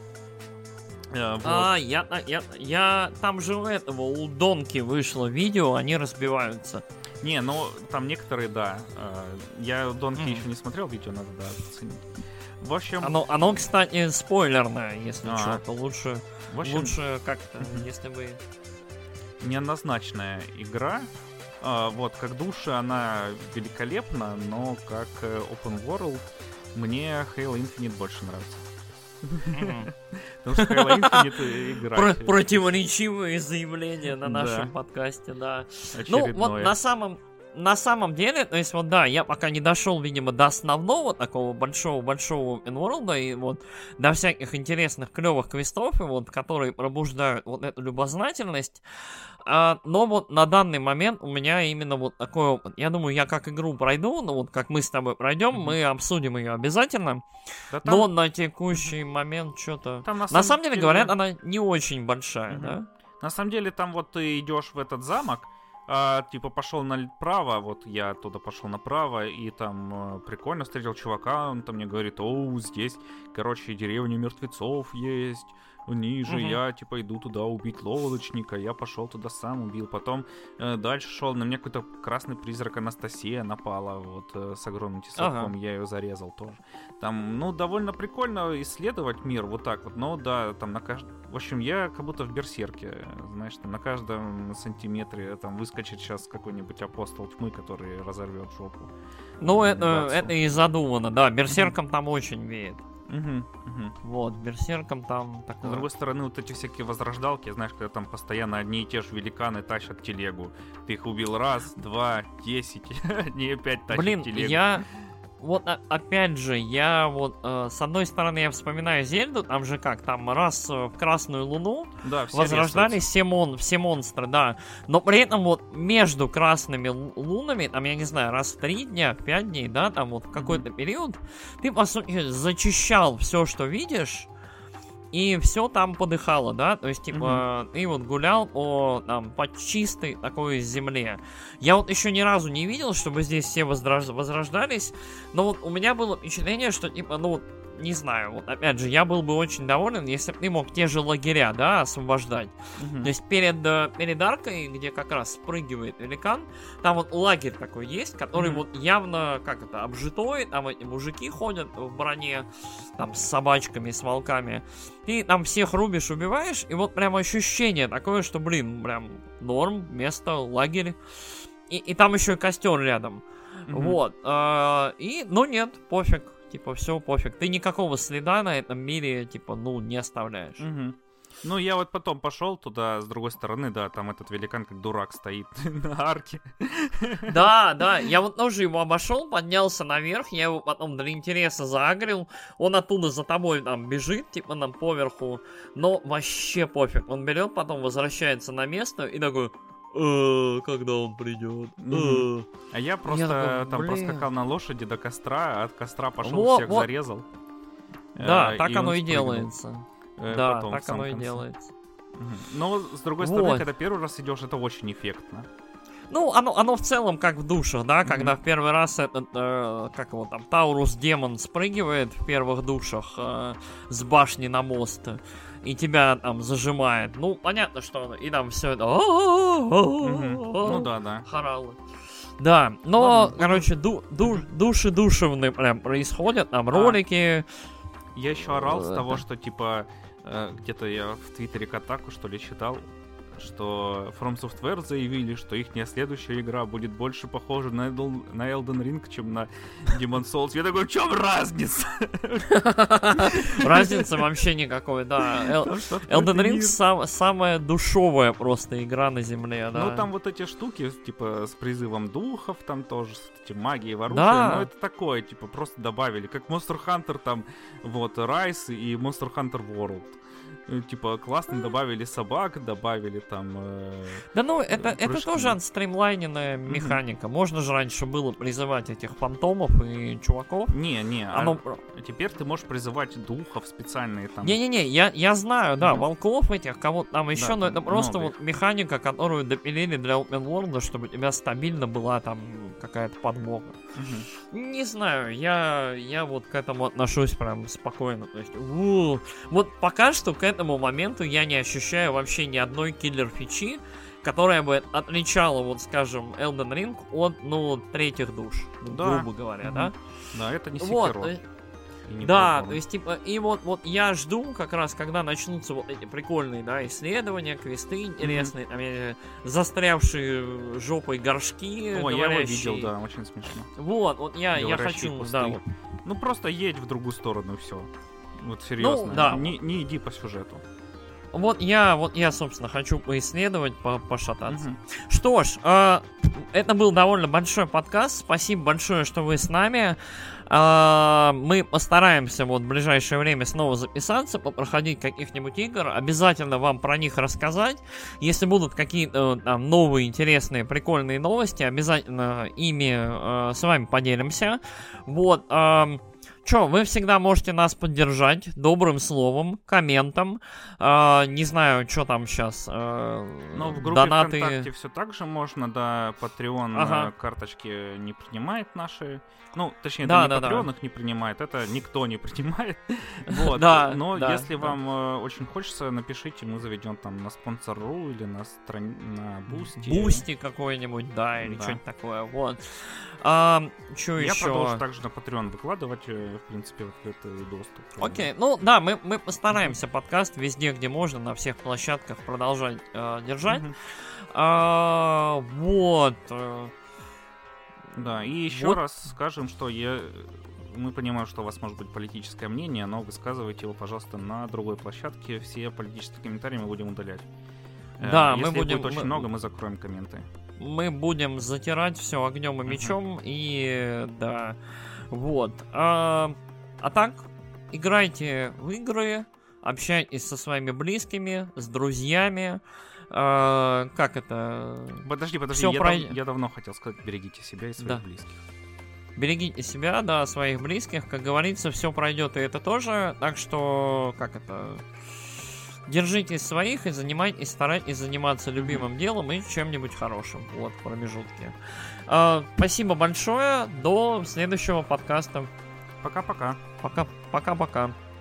Вот. Я там же у этого, у Донки вышло видео, они разбиваются. Не, ну, там некоторые, да. Я Донки еще не смотрел, видео надо, да, оценить. В общем... Оно, кстати, спойлерное, если что, то лучше как-то, если бы... Неоднозначная игра. Вот, как души она великолепна, но как open world мне Halo Infinite больше нравится. Потому что Halo Infinite игра... Противоречивые заявления на нашем подкасте, да. Ну, вот на самом деле, то есть вот да, я пока не дошел, видимо, до основного такого большого инворлда и вот до всяких интересных, клевых квестов, и вот, которые пробуждают вот эту любознательность. Но вот на данный момент у меня именно вот такой опыт. Я думаю, я как игру пройду, ну вот как мы с тобой пройдем, мы обсудим ее обязательно. Да там... Но на текущий момент что-то... На самом деле, говорят, она не очень большая, да? На самом деле, там вот ты идешь в этот замок, типа пошел направо, вот я оттуда пошел направо, и там прикольно встретил чувака, он там мне говорит, здесь, короче, деревня мертвецов есть, ниже я, типа, иду туда убить лодочника, я пошел туда сам убил, потом дальше шел, на меня какой-то красный призрак Анастасия напала, вот, с огромным тесаком, я ее зарезал тоже. Там, ну, довольно прикольно исследовать мир вот так вот, но да, там на каждом... В общем, я как будто в Берсерке, знаешь, там на каждом сантиметре там выскочит сейчас какой-нибудь апостол тьмы, который разорвет жопу. Ну, это и задумано, да, Берсерком там очень веет. Вот, Берсерком там такое. С другой стороны, вот эти всякие возрождалки, знаешь, когда там постоянно одни и те же великаны тащат телегу. Ты их убил раз, 2, 10, они опять тащат телегу. Вот опять же, я вот с одной стороны я вспоминаю Зельду, там же как, там раз в Красную Луну возрождались все монстры, да. Но при этом вот между Красными Лунами, там, я не знаю, раз в 3 дня, 5 дней, да, там вот в какой-то период, ты, по сути, зачищал все, что видишь, и все там подыхало, да, то есть, типа, ты вот гулял по чистой такой земле. Я вот еще ни разу не видел, чтобы здесь все возрождались, но вот у меня было впечатление, что, типа, ну, не знаю, вот опять же, я был бы очень доволен, если бы ты мог те же лагеря, да, освобождать. То есть перед аркой, где как раз спрыгивает великан, там вот лагерь такой есть, который вот явно, как это, обжитой, там эти мужики ходят в броне, там с собачками, с волками. Ты там всех рубишь, убиваешь, и вот прям ощущение такое, что, блин, прям норм, место, лагерь. И там еще и костер рядом. Вот. Ну нет, пофиг. Типа, все, пофиг. Ты никакого следа на этом мире, типа, ну, не оставляешь. Ну, я вот потом пошел туда, с другой стороны, да, там этот великан как дурак стоит на арке. Да, я вот тоже его обошел, поднялся наверх, я его потом для интереса заагрил, он оттуда за тобой там бежит, типа, нам поверху, но вообще пофиг. Он берет, потом возвращается на место и такой... когда он придет. А я просто такой, там проскакал на лошади до костра, а от костра пошел, всех зарезал. Да, так оно и делается. Да, так оно и делается. Но, с другой стороны, когда первый раз идешь, это очень эффектно. Ну, оно в целом как в душах, да, когда в первый раз этот, как его там, Таурус-демон спрыгивает в первых душах с башни на мост, и тебя там зажимает. Ну, понятно, что и там все это... Ну да. Хоралы. Да, но, короче, души душевные прям происходят, там ролики. Я еще орал с того, что, типа, где-то я в Твиттере Котаку, что ли, читал, что From Software заявили, что их следующая игра будет больше похожа на Elden Ring, чем на Demon's Souls. Я такой, в чем разница? Разницы вообще никакой, да. Elden Ring самая душевая просто игра на земле, да. Ну, там вот эти штуки, типа, с призывом духов, там тоже, с этим магией в оружии, но это такое, типа, просто добавили, как Monster Hunter, там, вот, Rise и Monster Hunter World. Типа, классно добавили собак, добавили там... Да ну, это тоже отстримлайненная механика. Можно же раньше было призывать этих фантомов и чуваков. Теперь ты можешь призывать духов специальные там. Не-не-не, я знаю, да, волков этих, кого там еще, да, но это просто вот механика, которую допилили для Open World, чтобы у тебя стабильно была там какая-то подмога. Не знаю, я вот к этому отношусь прям спокойно. То есть, вот пока что к этому моменту я не ощущаю вообще ни одной киллер-фичи, которая бы отличала, вот скажем, Elden Ring от, ну, третьих душ, грубо говоря, да? Да, это не Sekiro. Вот. Да, то есть, типа, и вот я жду как раз, когда начнутся вот эти прикольные, да, исследования, квесты интересные, там, застрявшие жопой горшки. Ой, я его видел, да, очень смешно. Вот я хочу, кусты. да, вот. Ну, просто едь в другую сторону, и все. Вот серьезно, ну, да. не иди по сюжету. Вот я, собственно, хочу поисследовать, пошататься. Что ж, это был довольно большой подкаст. Спасибо большое, что вы с нами. Мы постараемся вот в ближайшее время снова записаться, попроходить каких-нибудь игр. Обязательно вам про них рассказать. Если будут какие-то там новые, интересные, прикольные новости, обязательно ими с вами поделимся. Вот. Чё, вы всегда можете нас поддержать добрым словом, комментом. Не знаю, что там сейчас. Ну, в группе донаты... ВКонтакте все так же можно, да. Patreon карточки не принимает наши. Ну, точнее, да, это не Patreon их не принимает, это никто не принимает. Вот. Но если вам очень хочется, напишите, мы заведем там на Sponsor.ru или на Boosty. Boosty какой-нибудь, да, или что-нибудь такое. Вот. Что еще? Я продолжу также на Patreon выкладывать, в принципе, открытый доступ. Окей, ну да, мы постараемся подкаст везде, где можно, на всех площадках продолжать держать. Вот. Да, и еще раз скажем, что мы понимаем, что у вас может быть политическое мнение, но высказывайте его, пожалуйста, на другой площадке. Все политические комментарии мы будем удалять. Да, если будет очень много, мы закроем комменты. Мы будем затирать все огнем и мечом, и да. Вот. А так, играйте в игры, общайтесь со своими близкими, с друзьями. Как это? Подожди, я давно хотел сказать, берегите себя и своих близких. Берегите себя, да, своих близких. Как говорится, все пройдет, и это тоже. Так что, держитесь своих и старайтесь заниматься любимым делом и чем-нибудь хорошим. Вот, в промежутке. Спасибо большое. До следующего подкаста. Пока-пока. Пока-пока.